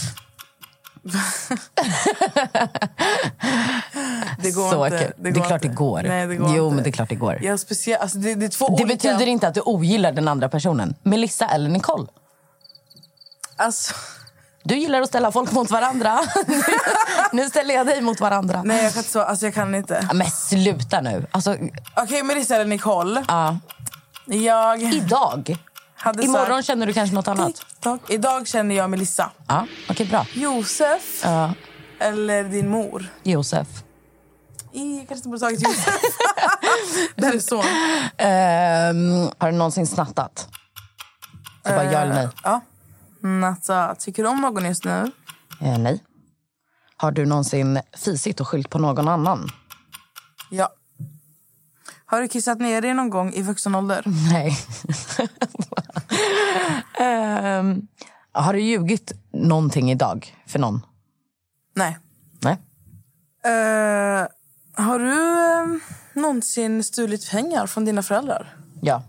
Det går så inte. Det, det, det är klart det går. Nej, det går jo, inte. men det är klart det går. Jag speciell, alltså det, det, är två det olika... betyder inte att du ogillar den andra personen. Melissa eller Nicole? Alltså... Du gillar att ställa folk mot varandra. Nu ställer jag dig mot varandra. Nej, jag kan inte. Så, alltså jag kan inte. Ja, men sluta nu. Alltså... Okej, okay, Melissa eller Nicole? Ja. Jag... Idag? Hade Imorgon sagt... känner du kanske något annat? TikTok. Idag känner jag Melissa. Ja, okej, okay, bra. Josef ja. Eller din mor? Josef. I, jag kanske inte borde tagit Josef. Det är så. Um, har du någonsin snattat? Så uh, bara ja eller nej? Ja. Natta. Tycker du om någon just nu? Eh, nej. Har du någonsin fisit och skyllt på någon annan? Ja. Har du kissat ner dig någon gång i vuxen ålder? Nej. um, har du ljugit någonting idag för någon? Nej. Nej. Uh, har du uh, någonsin stulit pengar från dina föräldrar? Ja.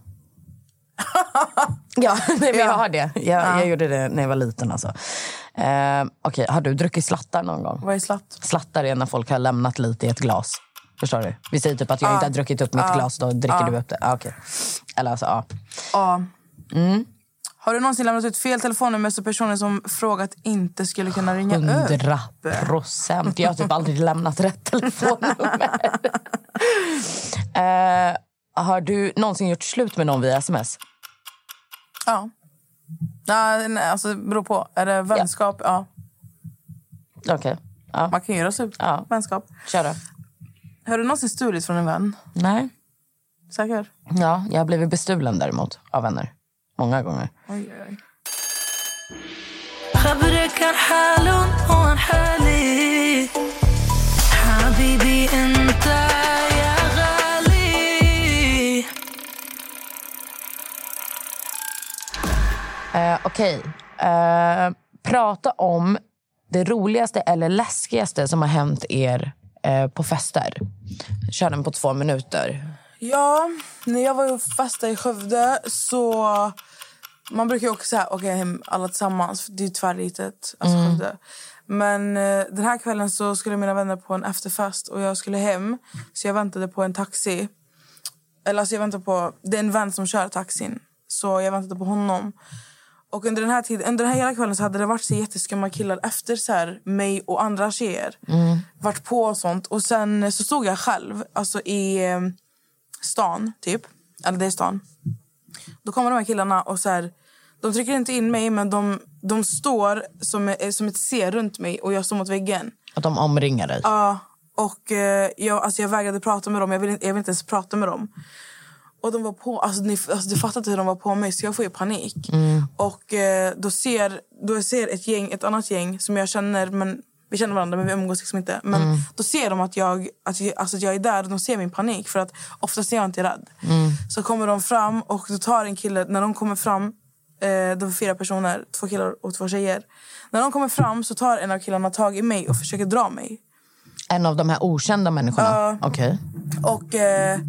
Ja, nej, men jag har det. Jag, ja. jag gjorde det när jag var liten. Alltså. Uh, Okej, okay. Har du druckit slattar någon gång? Vad är slatt? Slattar är när folk har lämnat lite i ett glas. Förstår du? Vi säger typ att jag ah. inte har druckit upp mitt ah. glas, då dricker ah. du upp det. Ah, okay. Eller alltså, ja. Ah. Ah. Mm. Har du någonsin lämnat ut fel telefonnummer så personer som frågat inte skulle kunna ringa upp? Hundra procent. Jag har typ aldrig lämnat rätt telefonnummer. uh, har du någonsin gjort slut med någon via sms? Ja. Nej, nej, alltså det beror på. Är det vänskap? Ja. Okej. Okay. Ja. Man kan göra slut. Ja. Vänskap. Kör då. Har du någonsin stulit från en vän? Nej. Säker? Ja, jag har blivit bestulen däremot av vänner. Många gånger. Oj, oj. Uh, Okej. Okay. Uh, prata om det roligaste eller läskigaste som har hänt er uh, på fester. Kör den på två minuter. Ja, när jag var och festade i Skövde så... Man brukar ju också säga, åka hem alla tillsammans. Det är ju tvärlitet, alltså mm. Skövde. Men uh, den här kvällen så skulle mina vänner på en efterfest och jag skulle hem. Så jag väntade på en taxi. Eller alltså jag väntade på... Det är en vän som kör taxin. Så jag väntade på honom. Och under den här tiden, under den här hela kvällen så hade det varit så jätteskumma killar efter så här, mig och andra tjejer. Mm. Vart på och sånt. Och sen så stod jag själv, alltså i eh, stan typ. Eller det är stan. Då kommer de här killarna och så här, de trycker inte in mig, men de, de står som, som ett C runt mig och jag står mot väggen. Att de omringar dig? Ja, och eh, jag, alltså jag vägrade prata med dem. Jag vill, jag vill inte ens prata med dem. Och de var på, alltså, ni, alltså du fattar inte hur de var på mig, så jag får ju panik. Mm. Och eh, då ser då ser ett gäng, ett annat gäng som jag känner, men vi känner varandra men vi umgås liksom inte. Men mm. då ser de att jag, att, jag, alltså att jag är där och de ser min panik, för att oftast är jag inte rädd. Mm. Så kommer de fram och då tar en kille, när de kommer fram, eh, de är fyra personer, två killar och två tjejer. När de kommer fram så tar en av killarna tag i mig och försöker dra mig. En av de här okända människorna? Uh, Okej. Okay. Och... Eh,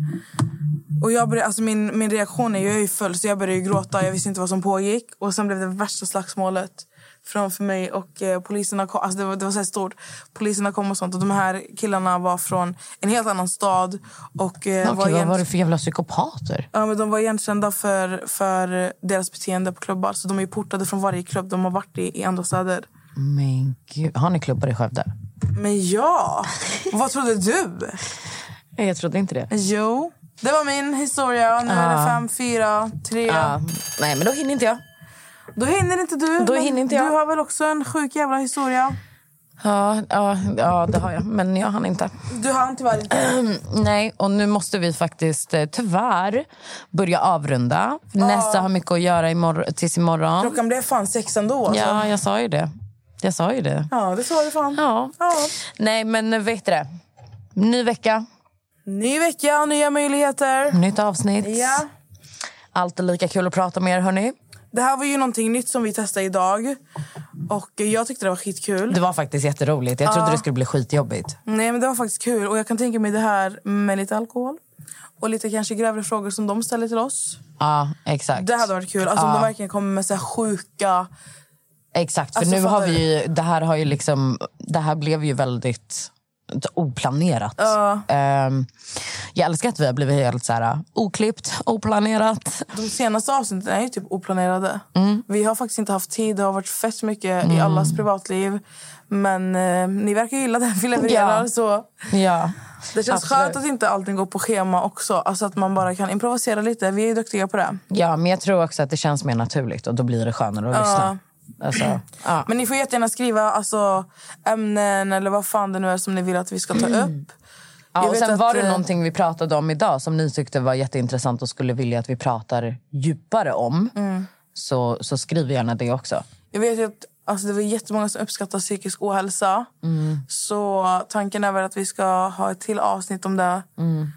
Och jag började, alltså min, min reaktion är, jag är ju full, så jag började gråta. Jag visste inte vad som pågick. Och sen blev det värsta slagsmålet framför mig. Och eh, poliserna kom, alltså det var, det var så här stort. Poliserna kom och sånt. Och de här killarna var från en helt annan stad. Och, eh, Okej, var vad igen... var det för jävla psykopater? Ja, men de var igenkända för, för deras beteende på klubbar. Så de är ju portade från varje klubb de har varit i, i andra städer. Men gud, har ni klubbar i Skövde? Men ja, vad trodde du? Jag trodde inte det. Jo. Det var min historia. Nu är det fem, fyra, tre. Ah. Nej, men då hinner inte jag. Då hinner inte du. Då hinner inte jag. Du har väl också en sjuk jävla historia? Ja, ja, ja, det har jag. Men jag hann inte. Du hann tyvärr inte. Nej, och nu måste vi faktiskt tyvärr börja avrunda. Ja. Nästa har mycket att göra imorgon, tills imorgon. Klockan blev fan sex ändå. Alltså. Ja, jag sa ju det. Jag sa ju det. Ja, det sa du fan. Ja. Ja. Nej, men vet du det? Ny vecka. Ny vecka, nya möjligheter. Nytt avsnitt. Ja. Allt är lika kul att prata med er, hörni. Det här var ju någonting nytt som vi testade idag. Och jag tyckte det var skitkul. Det var faktiskt jätteroligt. Jag trodde ja. det skulle bli skitjobbigt. Nej, men det var faktiskt kul. Och jag kan tänka mig det här med lite alkohol. Och lite kanske grövre frågor som de ställer till oss. Ja, exakt. Det hade varit kul. Alltså ja. om de verkligen kommer med så här sjuka... Exakt, för alltså, nu har vi ju... Det här har ju liksom... Det här blev ju väldigt... oplanerat. Uh. Um, jag älskar att vi har blivit helt så här oklippt, oplanerat. De senaste avsnitten är ju typ oplanerade. Mm. Vi har faktiskt inte haft tid. Det har varit fett mycket mm. i allas privatliv. Men uh, ni verkar gilla det vi levererar. Ja. Så ja. Det känns Absolut. skönt att inte allting går på schema också. Alltså att man bara kan improvisera lite. Vi är ju duktiga på det. Ja, men jag tror också att det känns mer naturligt. Och då blir det skönare att uh. lyssna. Alltså, ja. Men ni får jättegärna skriva alltså, ämnen eller vad fan det nu är som ni vill att vi ska ta upp. Ja, och sen var det någonting vi pratade om idag som ni tyckte var jätteintressant och skulle vilja att vi pratar djupare om. Mm. Så, så skriv gärna det också. Jag vet att alltså, det var jättemånga som uppskattar psykisk ohälsa. Mm. Så tanken är väl att vi ska ha ett till avsnitt om det. Mm.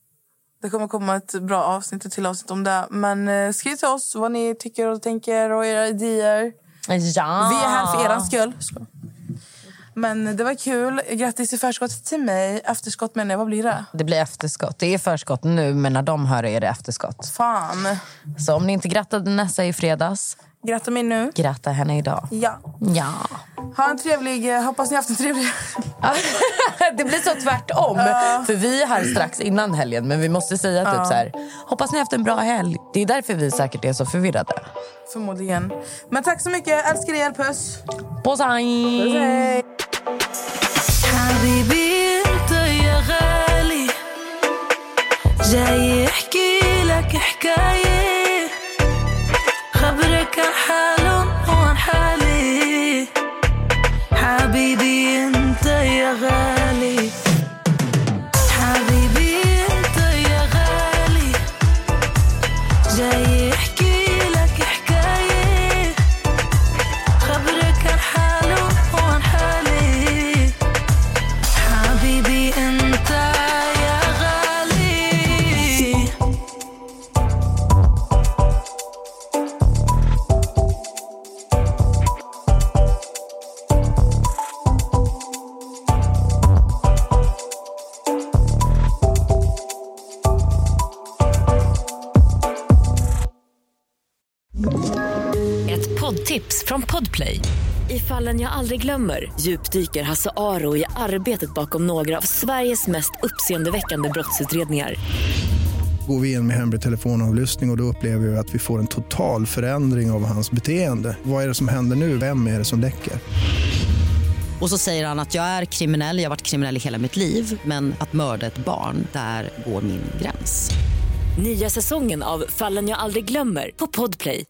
Det kommer komma ett bra avsnitt, ett till avsnitt om det. Men eh, skriv till oss vad ni tycker och tänker och era idéer. Ja. Vi är här för er skull. Men det var kul. Grattis i förskott till mig. Efterskott menar jag, vad blir det? Det blir efterskott. Det är förskott nu, men när de hör är det efterskott. Fan. Så om ni inte grattade Nessa i fredags, gratta mig nu. Gratta henne idag. Ja. Ja. Ha en trevlig, hoppas ni haft en trevlig. Det blir så tvärtom. Uh. För vi är här strax innan helgen, men vi måste säga typ uh. så här: hoppas ni haft en bra helg. Det är därför vi säkert är så förvirrade. Förmodligen. Men tack så mycket, älskar er, puss. Puss, hej. حبيبي انت يا غالي جاي احكي لك حكايه خبرك عن حالهم وعن حالي حبيبي انت يا غالي حبيبي انت يا غالي جاي احكي لك حكايه خبرك عن حالهم وعن حالي حبيبي انت يا غالي Ett poddtips från Podplay. I Fallen jag aldrig glömmer djupdyker Hasse Aro i arbetet bakom några av Sveriges mest uppseendeväckande brottsutredningar. Går vi in med hemlig telefonavlyssning och, och då upplever vi att vi får en total förändring av hans beteende. Vad är det som händer nu? Vem är det som läcker? Och så säger han att jag är kriminell, jag har varit kriminell i hela mitt liv. Men att mörda ett barn, där går min gräns. Nya säsongen av Fallen jag aldrig glömmer på Podplay.